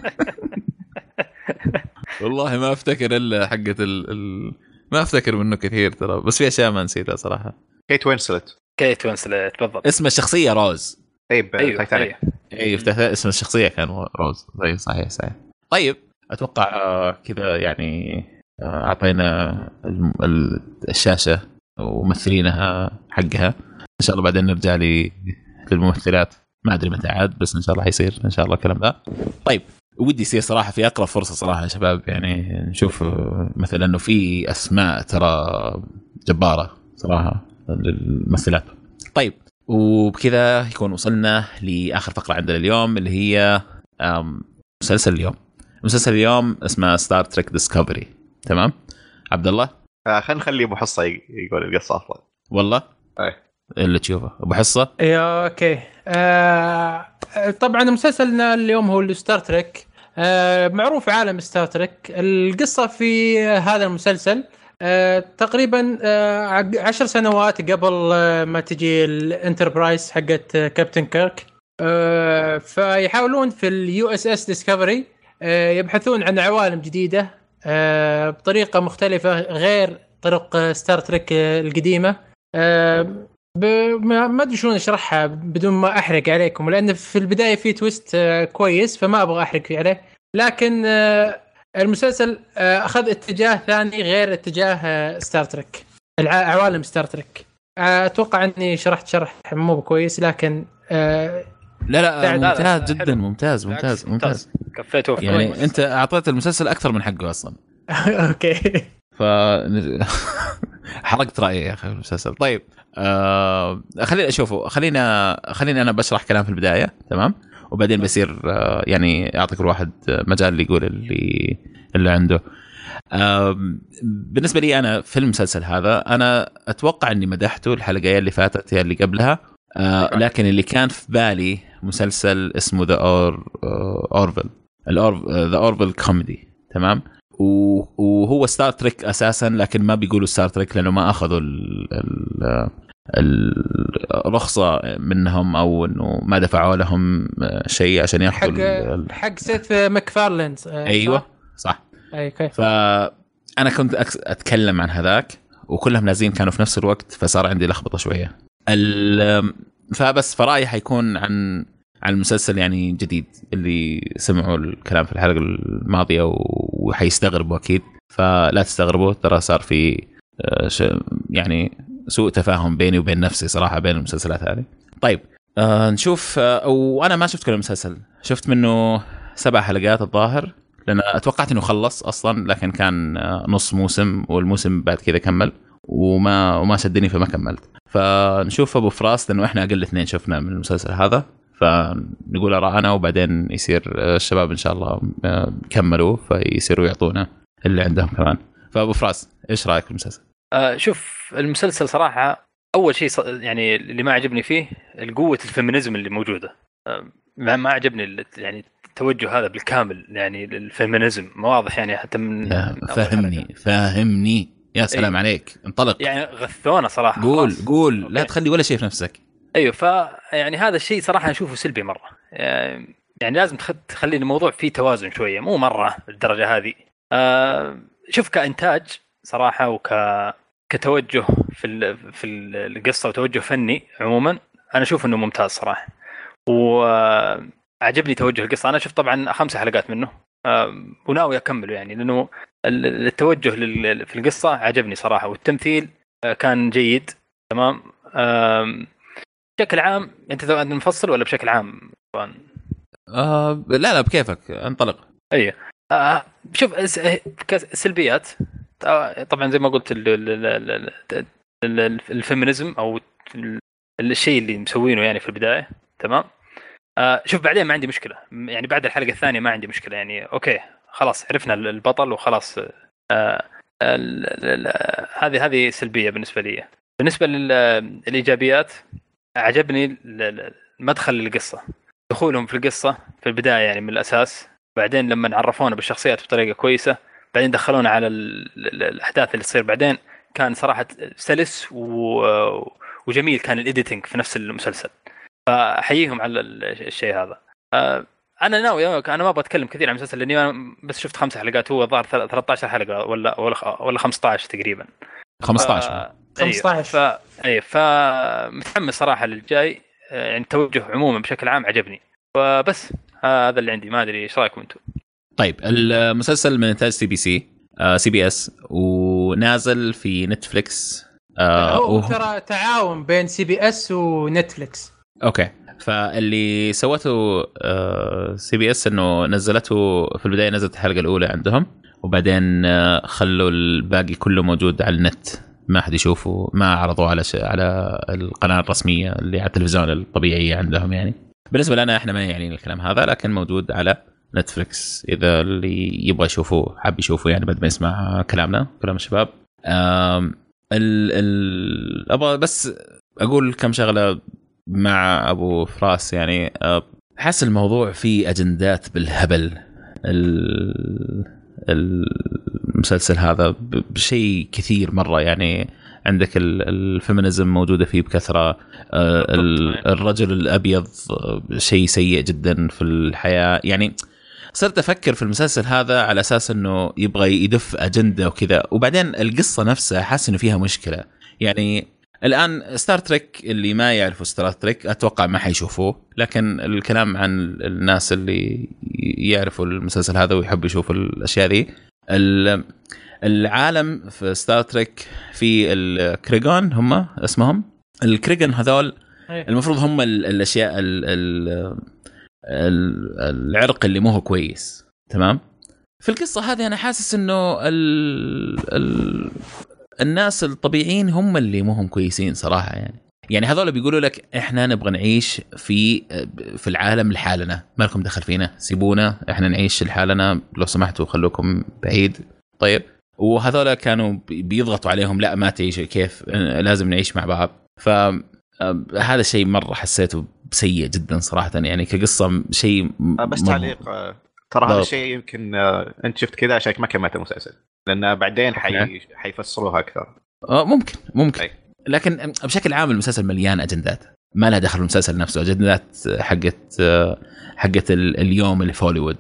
[SPEAKER 1] والله ما أفتكر إلا حقة ما أفتكر منه كثير ترى بس في أشياء ما نسيتها صراحة.
[SPEAKER 2] كيت وينسلت
[SPEAKER 4] بالضبط.
[SPEAKER 1] اسم الشخصية روز.
[SPEAKER 2] أيوة.
[SPEAKER 1] تايتانيك. اسم الشخصية كان روز. صحيح. طيب أتوقع كذا يعني أعطينا الشاشة وممثلينها حقها. إن شاء الله بعدين نرجع للممثلات ما أدري متى عاد بس إن شاء الله حيصير إن شاء الله الكلام ذا. طيب ودي يصير صراحة في أقرب فرصة صراحة يا شباب يعني نشوف مثلا إنه في أسماء ترى جبارة صراحة للممثلات. طيب وبكذا يكون وصلنا لآخر فقرة عندنا اليوم اللي هي مسلسل اليوم اسمه ستار تريك ديسكفري. تمام عبد الله
[SPEAKER 2] فخلينا نخلي ابو حصه يقول القصه افضل.
[SPEAKER 1] والله
[SPEAKER 2] اي
[SPEAKER 1] اللي تشوفه ابو حصه.
[SPEAKER 3] يا اوكي. طبعا مسلسلنا اليوم هو ستار تريك. معروف عالم ستار تريك. القصه في هذا المسلسل تقريبا 10 سنوات قبل ما تجي الانتربرايز حقت كابتن كيرك. فيحاولون في اليو اس اس ديسكفري يبحثون عن عوالم جديده بطريقه مختلفه غير طرق ستار تريك القديمه. ما ادري شلون اشرحها بدون ما احرق عليكم، لان في البدايه في تويست كويس فما ابغى احرق عليه. لكن المسلسل اخذ اتجاه ثاني غير اتجاه ستار تريك، عوالم ستار تريك. اتوقع اني شرحت شرح مو كويس، لكن
[SPEAKER 1] لا ممتاز جدا، ممتاز.
[SPEAKER 4] كفيته
[SPEAKER 1] يعني انت اعطيت المسلسل اكثر من حقه اصلا.
[SPEAKER 3] اوكي.
[SPEAKER 1] ف حرقت رايي يا اخي المسلسل. طيب خلينا اشوفه، خليني انا بشرح كلام في البدايه، تمام؟ وبعدين بصير يعني اعطي كل واحد مجال اللي يقول اللي عنده. بالنسبه لي انا في المسلسل هذا، انا اتوقع اني مدحته الحلقه اللي فاتت هي اللي قبلها. لكن اللي كان في بالي مسلسل اسمه ذا اورفل كوميدي، تمام؟ وهو ستار تريك اساسا، لكن ما بيقولوا ستار تريك لانه ما اخذوا الرخصه منهم، او انه ما دفعوا لهم شيء عشان ياخذوا
[SPEAKER 3] حق سيث ماكفارلين.
[SPEAKER 1] ايوه صح.
[SPEAKER 3] اوكي.
[SPEAKER 1] فانا كنت اتكلم عن هذاك، وكلهم نازلين كانوا في نفس الوقت، فصار عندي لخبطه شويه. فبس فرايي حيكون عن المسلسل يعني جديد، اللي سمعوا الكلام في الحلقه الماضيه وحيستغربوا اكيد، فلا تستغربوا، ترى صار في يعني سوء تفاهم بيني وبين نفسي صراحه بين المسلسلات هذه. طيب نشوف. وانا ما شفت كل المسلسل، شفت منه 7 حلقات الظاهر، لان اتوقعت انه خلص اصلا، لكن كان نص موسم، والموسم بعد كذا كمل وما شدني فما كملت. فنشوف ابو فراس، لانه احنا اقل 2 شفنا من المسلسل هذا، فنقول آراءنا، وبعدين يصير الشباب ان شاء الله كملوا فيصيروا يعطونا اللي عندهم كمان. فابو فراس ايش رايك في المسلسل؟
[SPEAKER 4] شوف المسلسل صراحه اول شيء يعني اللي ما عجبني فيه القوه الفيمينيزم اللي موجوده. ما عجبني يعني التوجه هذا بالكامل، يعني الفيمينيزم واضح يعني حتى من
[SPEAKER 1] فهمني يا سلام عليك، انطلق.
[SPEAKER 4] يعني غثونا صراحه.
[SPEAKER 1] قول لا تخلي ولا شيء في نفسك.
[SPEAKER 4] ايوه، يعني هذا الشيء صراحه نشوفه سلبي مره. يعني لازم تخلي الموضوع فيه توازن شويه، مو مره الدرجه هذه. شوف كإنتاج صراحه كتوجه في القصه وتوجه فني عموما، انا اشوف انه ممتاز صراحه، وعجبني توجه القصه. انا شفت طبعا 5 حلقات منه، وناوي اكمله يعني، لانه التوجه في القصه عجبني صراحه، والتمثيل كان جيد. تمام. بشكل عام انت مفصل ولا بشكل عام؟
[SPEAKER 1] لا بكيفك، انطلق.
[SPEAKER 4] ايوه. شوف السلبيات طبعا زي ما قلت الفيمينيزم او الشيء اللي مسوينه يعني في البدايه. تمام. شوف بعدين ما عندي مشكله، يعني بعد الحلقه الثانيه ما عندي مشكله، يعني اوكي خلاص عرفنا البطل وخلاص. هذه سلبيه بالنسبه لي. بالنسبه للايجابيات عجبني المدخل للقصه، دخولهم في القصه في البدايه يعني من الاساس، بعدين لما عرفونا بالشخصيات بطريقه كويسه، بعدين دخلونا على الاحداث اللي تصير بعدين، كان صراحه سلس وجميل كان الايديتنج في نفس المسلسل، فاحييهم على الشيء هذا. انا ناوي، انا ما ابغى اتكلم كثير عن المسلسل لاني انا بس شفت 5 حلقات، هو ظهر 13 حلقه ولا 15 تقريبا.
[SPEAKER 1] 15
[SPEAKER 4] فمتحمس صراحه للجاي، يعني التوجه عموما بشكل عام عجبني، وبس هذا اللي عندي. ما ادري ايش رايكم انتم؟
[SPEAKER 1] طيب المسلسل من انتاج سي بي اس ونازل في نتفليكس.
[SPEAKER 3] هو ترى تعاون بين سي بي اس ونتفليكس.
[SPEAKER 1] اوكي. فاللي سوته سي بي اس انه نزلته في البدايه، نزلت الحلقه الاولى عندهم، وبعدين خلوا الباقي كله موجود على النت، ما حد يشوفه، ما عرضوه على القناه الرسميه اللي على التلفزيون الطبيعيه عندهم. يعني بالنسبه لنا احنا ما يعني الكلام هذا، لكن موجود على نتفليكس، اذا اللي يبغى يشوفه حاب يشوفه يعني بعد ما يسمع كلامنا كلام الشباب ابغى بس اقول كم شغله مع ابو فراس. يعني حس الموضوع فيه اجندات بالهبل. المسلسل هذا بشيء كثير مره، يعني عندك الفيمينيزم موجوده فيه بكثره، الرجل الابيض شيء سيء جدا في الحياه. يعني صرت افكر في المسلسل هذا على اساس انه يبغى يدف اجنده وكذا، وبعدين القصه نفسها حاسس انه فيها مشكله. يعني الان ستار تريك اللي ما يعرفوا ستار تريك اتوقع ما حيشوفوه، لكن الكلام عن الناس اللي يعرفوا المسلسل هذا ويحبوا يشوفوا الاشياء ذي. العالم في ستار تريك في الكريغون، هم اسمهم الكريغون هذول، المفروض هم الاشياء العرق اللي مو هو كويس. تمام. في القصه هذه انا حاسس انه الناس الطبيعيين هم اللي مو هم كويسين صراحه. يعني هذول بيقولوا لك احنا نبغى نعيش في العالم لحالنا، ما لكم دخل فينا، سيبونا احنا نعيش لحالنا لو سمحتوا، خلوكم بعيد. طيب، وهذول كانوا بيضغطوا عليهم لا ما تعيش كيف، لازم نعيش مع بعض. فهذا الشيء مره حسيته سيء جدا صراحه. يعني كقصه شيء
[SPEAKER 2] بس تعليق، ترى هذا الشيء يمكن انت شفت كذا عشان ما كملت المسلسل، لان بعدين حيفسروها اكثر.
[SPEAKER 1] ممكن أي. لكن بشكل عام المسلسل مليان اجندات ما لها دخل المسلسل نفسه، اجندات حقت اليوم اللي في هوليوود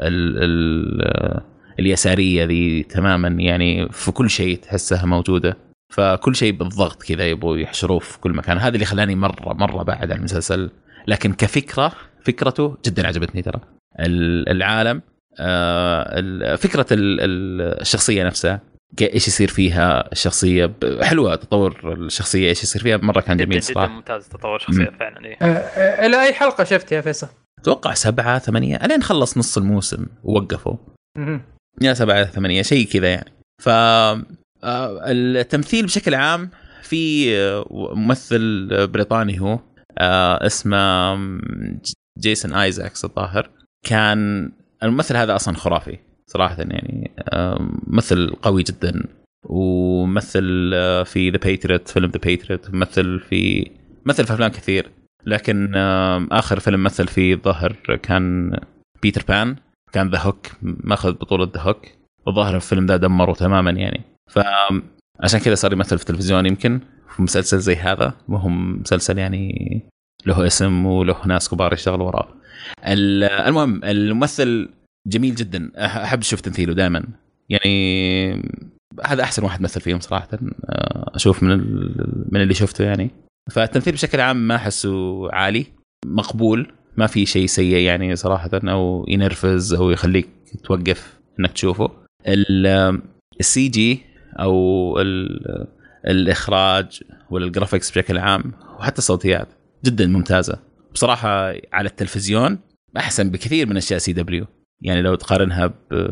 [SPEAKER 1] اليساريه ذي تماما. يعني في كل شيء تحسها موجوده، فكل شيء بالضغط كذا يبغوا يحشروه في كل مكان. هذا اللي خلاني مره بعد عن المسلسل. لكن فكرته جدا عجبتني. ترى العالم، فكره الشخصيه نفسها، ايش يصير فيها الشخصيه حلوه، تطور الشخصيه ايش يصير فيها مره كان جميل صراحه.
[SPEAKER 4] جدا ممتاز تطور شخصيه فعلا.
[SPEAKER 3] الى اي حلقه شفت يا فيصل؟
[SPEAKER 1] اتوقع 7 8 الين خلص نص الموسم ووقفوا. يا 7 8 شيء كذا يعني. ف التمثيل بشكل عام في ممثل بريطاني هو اسمه جيسون ايزاكس الظاهر. كان الممثل هذا اصلا خرافي صراحه، يعني ممثل قوي جدا، ومثل في ذا باتريوت، فيلم ذا باتريوت، مثل في افلام كثير. لكن اخر فيلم مثل فيه الظاهر كان بيتر بان، كان ذا هوك، ماخذ بطوله ذا هوك، والظاهر الفيلم ده دمره تماما يعني. فعشان كذا صار يمثل في التلفزيون يمكن في مسلسل زي هذا، وهم مسلسل يعني له اسم وله ناس كبار يشتغلوا وراه. المهم الممثل جميل جدا، احب اشوف تمثيله دائما. يعني هذا احسن واحد مثل فيهم صراحه، اشوف من اللي شفته يعني. فالتمثيل بشكل عام ما احسه عالي، مقبول، ما في شيء سيء يعني صراحه، او ينرفز او يخليك توقف انك تشوفه. السي جي او الاخراج والجرافيكس بشكل عام وحتى الصوتيات جدا ممتازه بصراحه. على التلفزيون احسن بكثير من اشياء سي دبليو، يعني لو تقارنها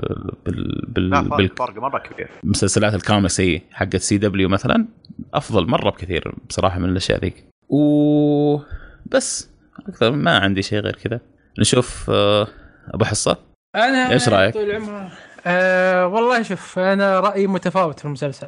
[SPEAKER 2] فرق مره كبير.
[SPEAKER 1] مسلسلات الكوميدي حقت سي دبليو مثلا افضل مره بكثير بصراحه من الاشياء ذيك. وبس اكثر ما عندي شيء غير كذا. نشوف ابو حصه،
[SPEAKER 3] انا
[SPEAKER 1] ايش رايك؟
[SPEAKER 3] طول عمره والله شوف، انا رايي متفاوت في المسلسل.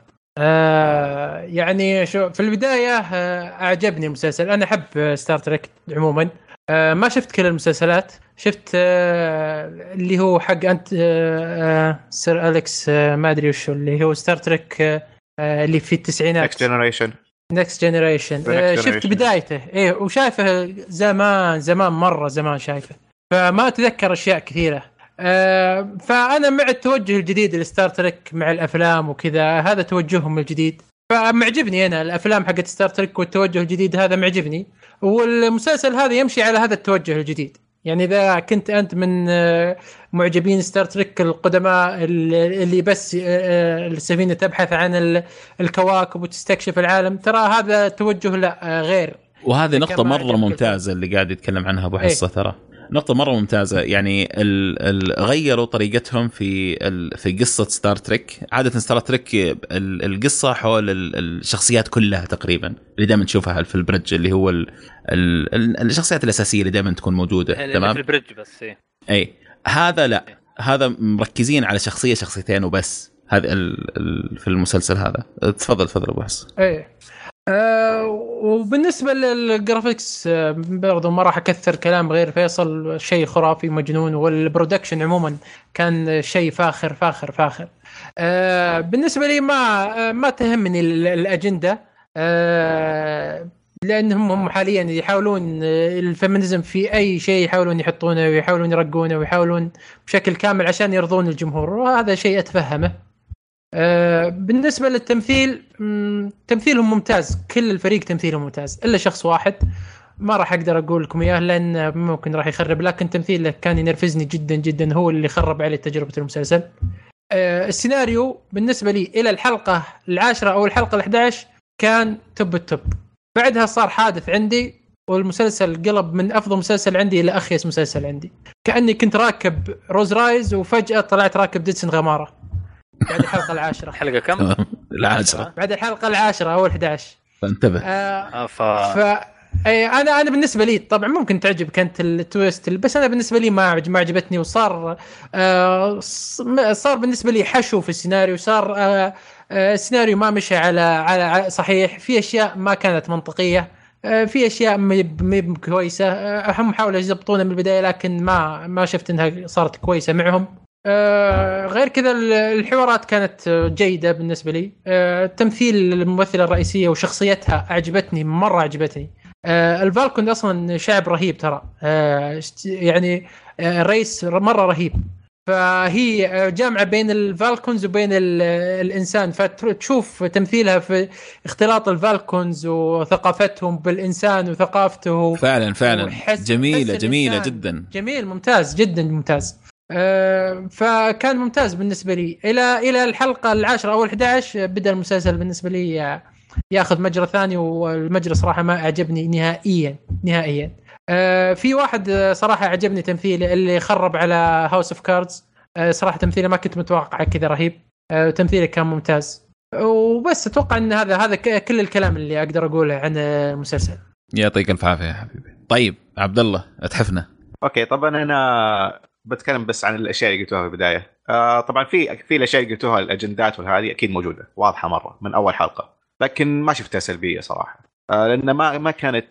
[SPEAKER 3] يعني شو في البدايه اعجبني المسلسل. انا احب ستار تريك عموما. ما شفت كل المسلسلات، شفت اللي هو حق انت سير أليكس، ما ادري وش اللي هو ستار تريك اللي في التسعينات، نكست جنريشن. شفت بدايته ايه، وشايفه زمان مره زمان شايفه، فما اتذكر اشياء كثيره. فانا مع التوجه الجديد لستار تريك مع الافلام وكذا، هذا توجههم الجديد، فمعجبني انا الافلام حقت ستار تريك والتوجه الجديد هذا معجبني. والمسلسل هذا يمشي على هذا التوجه الجديد. يعني اذا كنت انت من معجبين ستار تريك القدماء اللي بس السفينه تبحث عن الكواكب وتستكشف العالم، ترى هذا توجه لا غير.
[SPEAKER 1] وهذه نقطه مره ممتازه اللي قاعد يتكلم عنها ابو حصه. ترى نقطة مرة ممتازة. يعني غيروا طريقتهم في قصة ستار تريك. عادة ستار تريك القصة حول الشخصيات كلها تقريبا اللي دائما تشوفها في البريدج، اللي هو الشخصيات الأساسية اللي دائما تكون موجودة تمام
[SPEAKER 4] في البريدج بس.
[SPEAKER 1] أي هذا لا، هذا مركزين على شخصيتين وبس. هذا في المسلسل هذا. تفضل ابو حسن.
[SPEAKER 3] ايه وبالنسبه للجرافيكس برضو ما راح اكثر كلام غير فيصل، شيء خرافي مجنون، والبرودكشن عموما كان شيء فاخر. بالنسبه لي ما تهمني الاجنده، لانهم هم حاليا يحاولون الفيمينيزم في اي شيء، يحاولون يحطونه ويحاولون يرقونه ويحاولون بشكل كامل عشان يرضون الجمهور، وهذا شيء اتفهمه. بالنسبه للتمثيل، تمثيلهم ممتاز، كل الفريق تمثيلهم ممتاز الا شخص واحد ما راح اقدر اقول لكم اياه لان ممكن راح يخرب، لكن تمثيله كان ينرفزني جدا جدا، هو اللي خرب علي تجربه المسلسل. السيناريو بالنسبه لي الى الحلقه 10 او الحلقه 11 كان توب التوب، بعدها صار حادث عندي والمسلسل قلب من افضل مسلسل عندي الى اخيس مسلسل عندي، كاني كنت راكب روز رايز وفجاه طلعت راكب ديدسن غماره بعد الحلقه 10.
[SPEAKER 4] حلقة كم؟
[SPEAKER 1] 10
[SPEAKER 3] بعد الحلقه 10 او 11.
[SPEAKER 1] فانتبه.
[SPEAKER 3] انا بالنسبه لي طبعا ممكن تعجب كانت التويست، بس انا بالنسبه لي ما عجبتني، وصار صار بالنسبه لي حشو في السيناريو، صار السيناريو ما مشى على صحيح، في اشياء ما كانت منطقيه، في اشياء ما كويسه، هم حاولوا يضبطونها من البدايه لكن ما شفت انها صارت كويسه معهم. غير كذا الحوارات كانت جيدة بالنسبة لي. تمثيل الممثلة الرئيسية وشخصيتها مرة عجبتني. الفالكون أصلا شعب رهيب ترى، يعني الرئيس مرة رهيب، فهي جامعة بين الفالكونز وبين الإنسان، فتشوف تمثيلها في اختلاط الفالكونز وثقافتهم بالإنسان وثقافته.
[SPEAKER 1] فعلا جميلة جدا،
[SPEAKER 3] جميل ممتاز جدا ممتاز. فكان ممتاز بالنسبة لي إلى الحلقة 10 أو 11 بدأ المسلسل بالنسبة لي يأخذ مجرى ثاني، والمجرى صراحة ما أعجبني نهائيا. في واحد صراحة عجبني تمثيله اللي خرب على هاوس اوف كاردز، صراحة تمثيله ما كنت متوقع كذا رهيب، تمثيله كان ممتاز. وبس أتوقع أن هذا كل الكلام اللي أقدر أقوله عن المسلسل.
[SPEAKER 1] يعطيك الف عافية يا حبيبي. طيب عبد الله اتحفنا.
[SPEAKER 2] اوكي طبعا انا بتكلم بس عن الاشياء اللي قلتوها في البدايه. طبعا في الاشياء اللي قلتوها، الاجندات والهذه اكيد موجوده واضحه مره من اول حلقه، لكن ما شفتها سلبيه صراحه، لان ما كانت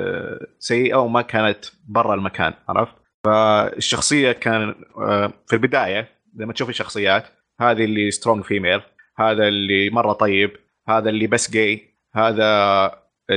[SPEAKER 2] سيئه وما كانت برا المكان، عرفت؟ فالشخصيه كان في البدايه لما تشوف الشخصيات هذه اللي سترونج فيميل، هذا اللي مره طيب، هذا اللي بس جاي، هذا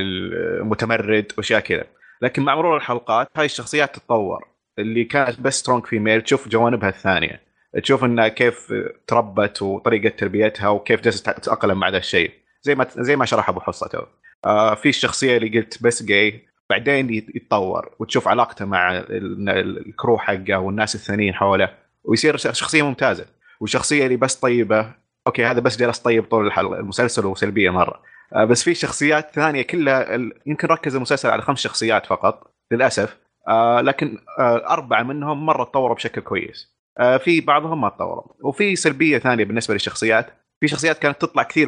[SPEAKER 2] المتمرد واشياء كذا، لكن مع مرور الحلقات هاي الشخصيات تتطور، اللي كانت بس سترونج فيميل تشوف جوانبها الثانيه، تشوف انها كيف تربت وطريقه تربيتها وكيف جالسه تتاقلم مع هذا الشيء، زي ما شرح ابو حصه تو. في الشخصيه اللي قلت بس جاي بعدين يتطور وتشوف علاقته مع الكرو حقه والناس الثانيين حوله ويصير شخصيه ممتازه. والشخصيه اللي بس طيبه، اوكي هذا بس جالس طيب طول المسلسل وسلبيه مره. بس في شخصيات ثانيه كلها يمكن ركز المسلسل على 5 شخصيات فقط للاسف، لكن 4 منهم مره تطوروا بشكل كويس، في بعضهم ما تطوروا. وفي سلبيه ثانيه بالنسبه للشخصيات، في شخصيات كانت تطلع كثير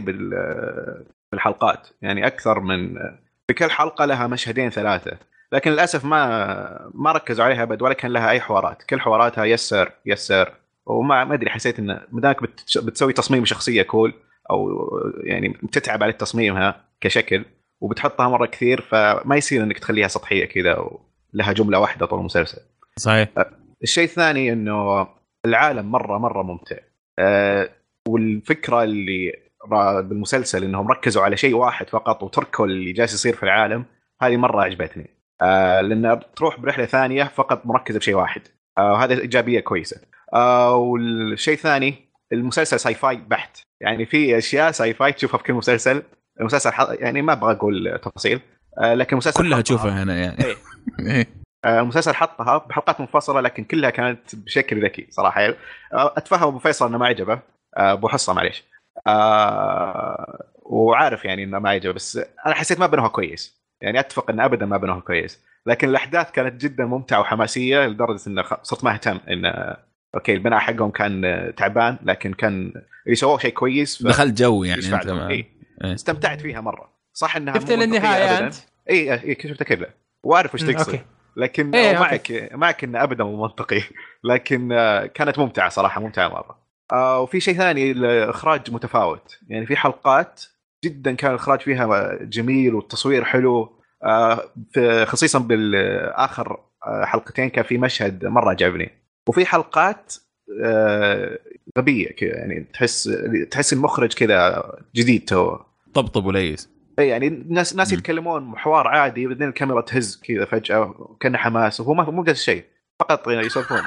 [SPEAKER 2] بالحلقات، يعني اكثر من في كل حلقه لها مشهدين 3، لكن للاسف ما ركزوا عليها ابد ولا كان لها اي حوارات، كل حواراتها يسر وما ادري، حسيت ان مدامك بتسوي تصميم شخصيه كول او يعني بتتعب على تصميمها كشكل وبتحطها مره كثير، فما يصير انك تخليها سطحيه كذا ولها جمله واحده طول المسلسل.
[SPEAKER 1] صحيح.
[SPEAKER 2] الشيء الثاني انه العالم مره ممتع، والفكره اللي بالمسلسل انهم ركزوا على شيء واحد فقط وتركوا اللي جالس يصير في العالم، هذه مره عجبتني، لان تروح برحله ثانيه فقط مركزه بشيء واحد، وهذا ايجابيه كويسه. والشيء الثاني المسلسل ساي فاي بحت، يعني في اشياء ساي فاي تشوفها في كل مسلسل. المسلسل يعني ما ابغى اقول تفاصيل، لكن المسلسل
[SPEAKER 1] كلها تشوفها هنا يعني.
[SPEAKER 2] المسلسل حطها بحلقات منفصله لكن كلها كانت بشكل ذكي صراحه. اتفهم ابو فيصل انه ما عجبه، ابو حصه معليش، وعارف يعني انه ما عجبه، بس انا حسيت ما بنوها كويس، يعني اتفق ان ابدا ما بنوها كويس، لكن الاحداث كانت جدا ممتعه وحماسيه لدرجه ان صرت ما اهتم ان اوكي البناء حقهم كان تعبان، لكن كان اللي سووه شيء كويس،
[SPEAKER 1] دخل جو يعني انت
[SPEAKER 2] استمتعت فيها مره. صح انها
[SPEAKER 3] شفت للنهايه انت؟
[SPEAKER 2] اي شفت كذا وعارف ايش تقصد، لكن معك ان ابدا مو منطقي، لكن كانت ممتعه صراحه، ممتعه مره. وفي شيء ثاني، الاخراج متفاوت. يعني في حلقات جدا كان الاخراج فيها جميل والتصوير حلو، خصيصا بالاخر حلقتين كان في مشهد مره عجبني. وفي حلقات غبيه كذا، يعني تحس المخرج كذا جديد تو
[SPEAKER 1] طبطب وليس.
[SPEAKER 2] اي يعني ناس يتكلمون حوار عادي، بعدين الكاميرا تهز كذا فجاه كان حماس، وهو مو ذا الشيء، فقط يعني يسولفون.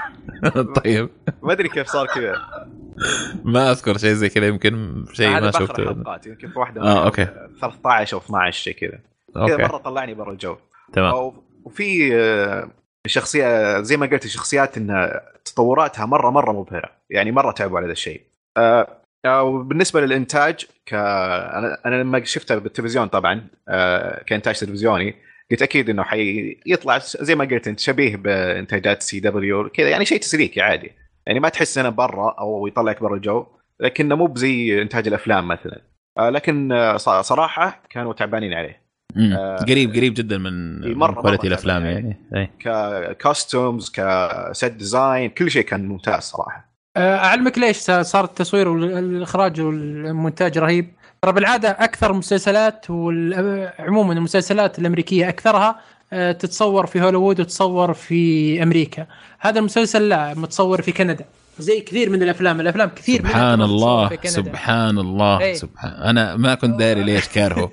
[SPEAKER 1] طيب
[SPEAKER 2] ما ادري كيف صار كذا،
[SPEAKER 1] ما اذكر شيء زي كذا، يمكن شيء ما شفته.
[SPEAKER 2] حلقات يمكن في واحده
[SPEAKER 1] اوكي
[SPEAKER 2] 13 او 12 شيء كذا مره طلعني برا الجو.
[SPEAKER 1] تمام.
[SPEAKER 2] وفي الشخصيه زي ما قلت، الشخصيات ان تطوراتها مره مبهره، يعني مره تعبوا على هذا الشيء. وبالنسبه للانتاج انا لما شفتها بالتلفزيون طبعا كانتاج تلفزيوني، قلت اكيد انه حيطلع زي ما قلت انت شبيه بانتاجات CW كذا، يعني شيء تسليكي عادي، يعني ما تحس انه برا او يطلعك برا الجو، لكنه مو بزي انتاج الافلام مثلا. لكن صراحه كانوا تعبانين عليه.
[SPEAKER 1] قريب جدا من كواليتي الافلام يعني.
[SPEAKER 2] كاستومز، كسيت ديزاين، كل شيء كان ممتاز صراحه.
[SPEAKER 3] اعلمك ليش صار التصوير والاخراج والمونتاج رهيب. ترى بالعاده اكثر مسلسلات وعموما المسلسلات الامريكيه اكثرها تتصور في هوليوود وتصور في امريكا. هذا المسلسل لا، متصور في كندا زي كثير من الافلام كثير.
[SPEAKER 1] سبحان الله سبحان الله ايه. انا ما كنت داري ليش كارهه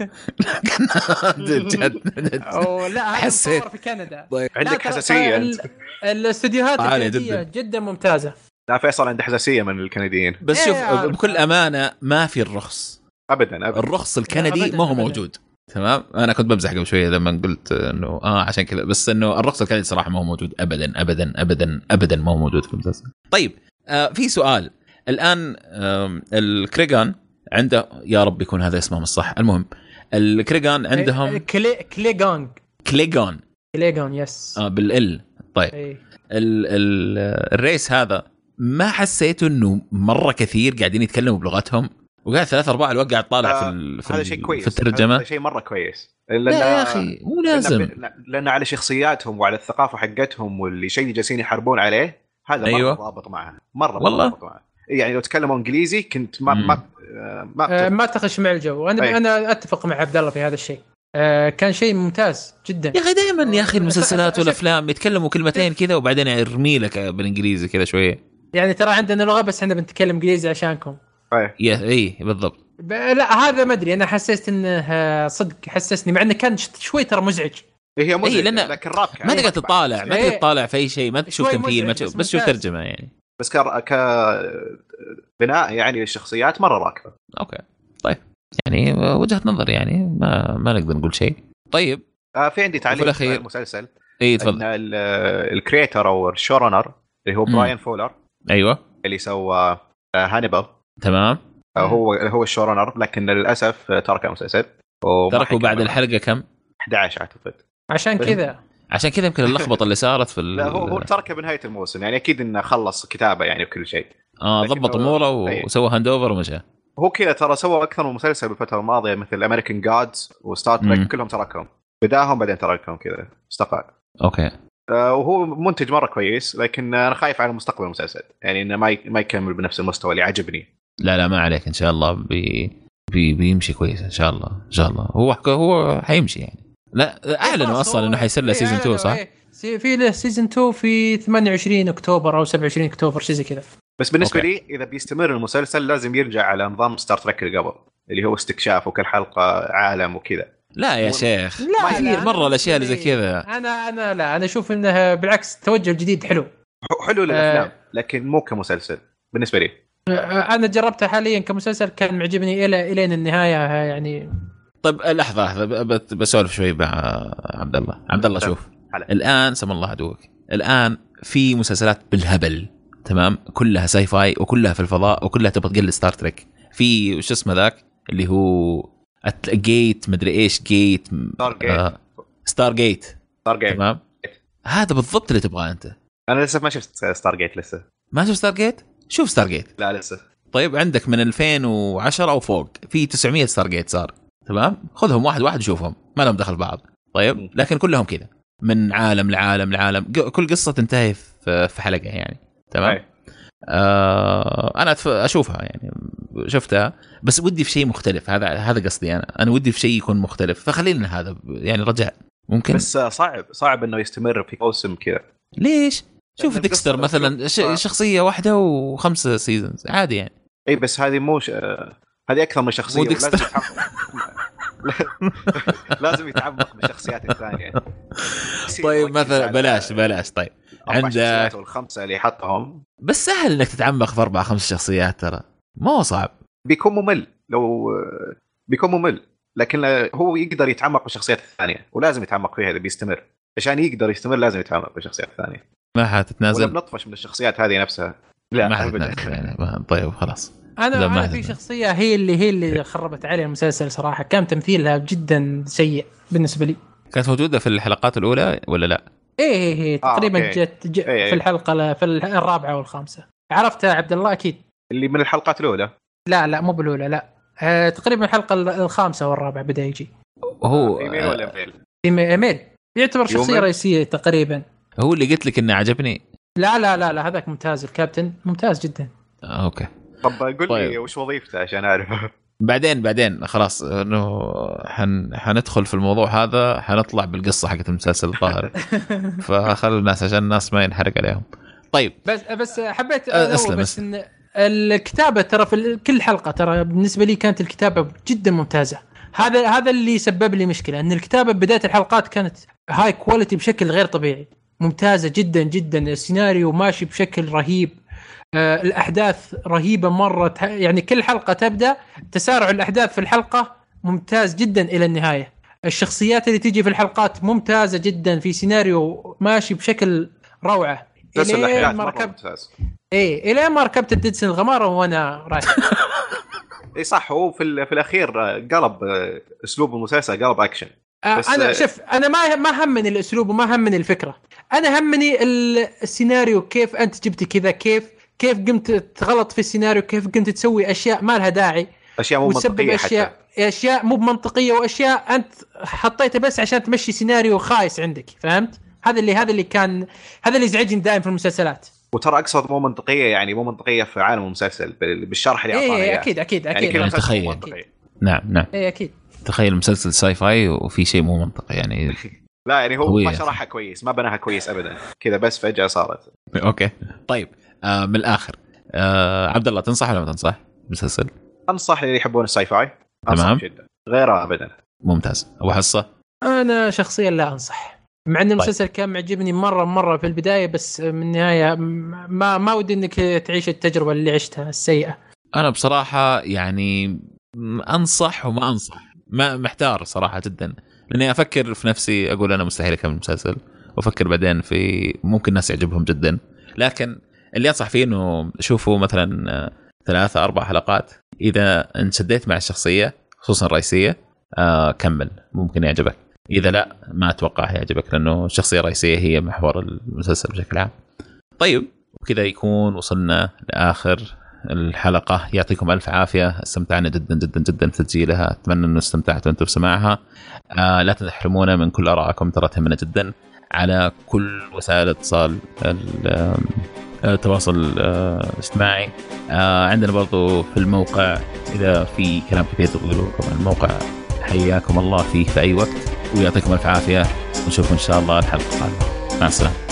[SPEAKER 1] لكن جد
[SPEAKER 3] لا حسيت في كندا.
[SPEAKER 2] عندك حساسيه.
[SPEAKER 3] الاستديوهات الكنديه جدا ممتازه.
[SPEAKER 2] لا فيصل عنده حساسيه من الكنديين.
[SPEAKER 1] بس شوف بكل امانه ما في الرخص
[SPEAKER 2] ابدا.
[SPEAKER 1] الرخص الكندي ما هو موجود. تمام. انا كنت بمزح قبل شويه لما قلت انه عشان كذا، بس انه الرخص الكندي صراحه ما هو موجود ابدا ما هو موجود في المسلسل. طيب في سؤال الان. الكريغان عنده، يا رب يكون هذا اسمه الصح، المهم الكريغان عندهم كليغون
[SPEAKER 3] يس
[SPEAKER 1] بالال. طيب الريس هذا ما حسيته انه مره كثير قاعدين يتكلموا بلغتهم، وقاعد 3/4 الوقت قاعد طالع في الترجمه.
[SPEAKER 2] هذا شيء مره كويس.
[SPEAKER 1] لا يا اخي مو لازم،
[SPEAKER 2] لأن على شخصياتهم وعلى الثقافه حقتهم واللي شيء جالسين يحاربون عليه، هذا
[SPEAKER 1] أيوة.
[SPEAKER 2] مره ضابط معه مره ضابط معه. يعني لو تكلموا انجليزي كنت
[SPEAKER 3] ما تخش مع الجو. انا اتفق مع عبد الله في هذا الشيء. كان شيء ممتاز جدا
[SPEAKER 1] يا اخي. دائما يا اخي المسلسلات والافلام يتكلموا كلمتين كذا وبعدين يرمي لك بالانجليزي كذا شويه.
[SPEAKER 3] يعني ترى عندنا لغه بس احنا بنتكلم انجليزي عشانكم.
[SPEAKER 1] اي بالضبط.
[SPEAKER 3] لا هذا ما ادري، انا حسيت انه صدق حسسني، مع انه كان شوي ترى مزعج.
[SPEAKER 2] هي مزعج لكن رابكه
[SPEAKER 1] ما تقدر تطالع، ما تقدر تطالع في اي شيء، ما تشوف تمثيل، ما تشوف بس شوف ترجمه يعني.
[SPEAKER 2] بس بناء يعني الشخصيات مره راكبه.
[SPEAKER 1] اوكي طيب، يعني وجهه نظر يعني ما نقدر نقول شيء. طيب
[SPEAKER 2] في عندي تعليق في المسلسل.
[SPEAKER 1] اي تفضل.
[SPEAKER 2] الكريتور او الشورنر اللي هو براين فولر.
[SPEAKER 1] ايوه
[SPEAKER 2] اللي سوى هانيبال.
[SPEAKER 1] تمام.
[SPEAKER 2] هو الشورنر، لكن للاسف ترك المسلسل.
[SPEAKER 1] تركوا بعد الحلقه كم؟
[SPEAKER 2] 11 اعتقد.
[SPEAKER 3] عشان كذا
[SPEAKER 1] يمكن اللخبطه اللي صارت في
[SPEAKER 2] لا هو تركه بنهايه الموسم، يعني اكيد انه خلص كتابه يعني وكل شيء.
[SPEAKER 1] ضبط اموره وسوى هاند اوفر ومشى.
[SPEAKER 2] هو كذا ترى سوى اكثر من مسلسل بالفتره الماضيه، مثل امريكان جادز وستار تريك، كلهم تركهم، بداهم بعدين تركهم كذا استقال.
[SPEAKER 1] اوكي.
[SPEAKER 2] وهو منتج مره كويس، لكن انا خايف على مستقبل المسلسل، يعني انه ما يكمل بنفس المستوى اللي عجبني.
[SPEAKER 1] لا ما عليك، ان شاء الله بيمشي كويس ان شاء الله. هو حيمشي يعني. لا اعلنوا اصلا انه حيصير له سيزون 2 صح؟
[SPEAKER 3] في له سيزون 2 في 28 اكتوبر او 27 اكتوبر شيء زي كذا.
[SPEAKER 2] بس بالنسبه لي اذا بيستمر المسلسل لازم يرجع على نظام ستار تريك اللي قبل، اللي هو استكشاف وكل حلقه عالم وكذا.
[SPEAKER 1] لا يا شيخ ما كثير مره الاشياء اللي زي كذا.
[SPEAKER 3] انا اشوف انه بالعكس توجه جديد حلو
[SPEAKER 2] للافلام، لكن مو كمسلسل بالنسبه لي.
[SPEAKER 3] انا جربته حاليا كمسلسل كان معجبني الين النهايه يعني.
[SPEAKER 1] طيب لحظه بسولف شوي مع عبد الله شوف الان سم الله عدوك، الان في مسلسلات بالهبل تمام، كلها ساي فاي وكلها في الفضاء وكلها تبغى تقلد ستار تريك. في وش اسمه ذاك اللي هو جيت مدري ايش جيت ستار جيت تمام، هذا بالضبط اللي تبغاه انت.
[SPEAKER 2] انا لسه ما شفت ستار جيت. لسه
[SPEAKER 1] ما شفت ستار جيت؟ شوف ستار جيت.
[SPEAKER 2] لا لسه.
[SPEAKER 1] طيب عندك من 2010 او فوق في 900 ستار جيت صار تمام، خذهم واحد وشوفهم، ما لهم دخل بعض. طيب لكن كلهم كذا من عالم لعالم، كل قصة تنتهي في حلقة يعني تمام. انا اشوفها يعني شفتها، بس ودي في شيء مختلف. هذا قصدي، انا ودي في شيء يكون مختلف، فخلينا هذا يعني رجع ممكن.
[SPEAKER 2] بس صعب انه يستمر في موسم كذا.
[SPEAKER 1] ليش؟ شوف ديكستر مثلا شخصية واحدة و5 سيزونز عادي يعني.
[SPEAKER 2] اي بس هذه مش هذه اكثر من شخصية، لازم يتعمق بالشخصيات الثانية.
[SPEAKER 1] طيب مثلا بلاش طيب
[SPEAKER 2] عندك والخمسة اللي حطهم،
[SPEAKER 1] بس سهل انك تتعمق في 4-5 شخصيات، ترى ما هو صعب.
[SPEAKER 2] بيكون ممل لكن هو يقدر يتعمق بالشخصيات الثانية، ولازم يتعمق فيها. إذا بيستمر عشان يقدر يستمر لازم يتعمق بالشخصيات الثانية.
[SPEAKER 1] ما حتتنازل؟
[SPEAKER 2] ولا بنطفش من الشخصيات هذه نفسها؟ لا
[SPEAKER 1] ما حتتنازل يعني. طيب خلاص.
[SPEAKER 3] أنا في شخصية هي اللي خربت عليه المسلسل صراحة، كان تمثيلها جدا سيء بالنسبة لي.
[SPEAKER 1] كانت موجودة في الحلقات الأولى ولا لا؟
[SPEAKER 3] إيه تقريبا جت في الحلقة في الرابعة والخامسة. عرفتها عبد الله أكيد؟
[SPEAKER 2] اللي من الحلقات الأولى؟
[SPEAKER 3] لا مو بالأولى، لا تقريبا الحلقة الخامسة والرابعة بدأ يجي.
[SPEAKER 2] هو إيميل ولا
[SPEAKER 3] إيميل يعتبر شخصية رئيسية تقريبا.
[SPEAKER 1] هو اللي قلت لك إنه عجبني.
[SPEAKER 3] لا هذاك ممتاز، الكابتن ممتاز جدا.
[SPEAKER 1] أوكي
[SPEAKER 2] طب قل لي وش وظيفته عشان أعرف.
[SPEAKER 1] بعدين خلاص انه حندخل في الموضوع هذا، حنطلع بالقصه حقت المسلسل الظاهر. فخلوا الناس عشان الناس ما ينحرق عليهم. طيب
[SPEAKER 3] بس حبيت بس إن الكتابه ترى في كل حلقه ترى بالنسبه لي كانت الكتابه جدا ممتازه. هذا اللي سبب لي مشكله، ان الكتابه بدايه الحلقات كانت هاي كواليتي بشكل غير طبيعي، ممتازه جدا جدا. السيناريو ماشي بشكل رهيب، الأحداث رهيبة مرة، يعني كل حلقة تبدأ تسارع الأحداث في الحلقة ممتاز جدا إلى النهاية. الشخصيات اللي تيجي في الحلقات ممتازة جدا، في سيناريو ماشي بشكل روعة. إلى ما ركبت الديدسن الغمارة وأنا رايح.
[SPEAKER 2] إيه صح، هو في الأخير قلب أسلوب المسلسل، قلب أكشن.
[SPEAKER 3] أنا شوف، أنا ما همني الأسلوب وما همني الفكرة، أنا همني السيناريو. كيف أنت جبت كذا؟ كيف قمت تغلط في السيناريو؟ كيف قمت تسوي أشياء ما لها داعي،
[SPEAKER 2] أشياء مو منطقية،
[SPEAKER 3] أشياء مو بمنطقية، وأشياء أنت حطيتها بس عشان تمشي سيناريو خايس عندك، فهمت؟ هذا اللي يزعجني دائما في المسلسلات.
[SPEAKER 2] وترى أقصد مو منطقية، يعني مو منطقية في عالم المسلسل بالشرح اللي أعطاني.
[SPEAKER 3] إيه أكيد
[SPEAKER 1] يعني تخيل. نعم
[SPEAKER 3] إيه أكيد.
[SPEAKER 1] تخيل مسلسل ساي فاي وفي شيء مو منطقي يعني.
[SPEAKER 2] لا يعني هو ما شرحها كويس، ما بناها كويس أبدا، كذا بس فجأة صارت.
[SPEAKER 1] أوكي طيب من الآخر عبد الله، تنصح ولا ما تنصح مسلسل؟
[SPEAKER 2] أنصح اللي يحبون الساي فاي.
[SPEAKER 1] تمام
[SPEAKER 2] جدا، غيره أبدا.
[SPEAKER 1] ممتاز. أبو حصة؟
[SPEAKER 3] أنا شخصيا لا أنصح، مع أن المسلسل كان معجبني مرة في البداية، بس من النهاية ما ودي إنك تعيش التجربة اللي عشتها السيئة.
[SPEAKER 1] أنا بصراحة يعني أنصح وما أنصح، ما محتار صراحة جدا، لأني أفكر في نفسي أقول أنا مستحيل أكمل المسلسل، وأفكر بعدين في ممكن ناس يعجبهم جدا. لكن اللي أنصح فيه إنه شوفوا مثلا 3-4 حلقات، إذا انشديت مع الشخصية خصوصا الرئيسية كمل، ممكن يعجبك. إذا لا ما أتوقع يعجبك، لأنه الشخصية الرئيسية هي محور المسلسل بشكل عام. طيب وكذا يكون وصلنا لآخر الحلقة. يعطيكم ألف عافية، استمتعنا جدا جدا جدا في تسجيلها، أتمنى أنه استمتعتوا أنتم بسماعها. لا تحرمونا من كل آرائكم، ترى تهمنا جدا على كل وسائل الاتصال التواصل الاجتماعي. عندنا برضو في الموقع، إذا في كلام كثير تقولوا طبعا الموقع حياكم الله فيه في أي وقت، ويعطيكم ألف عافية، ونشوفكم إن شاء الله الحلقة القادمة. مع السلامة.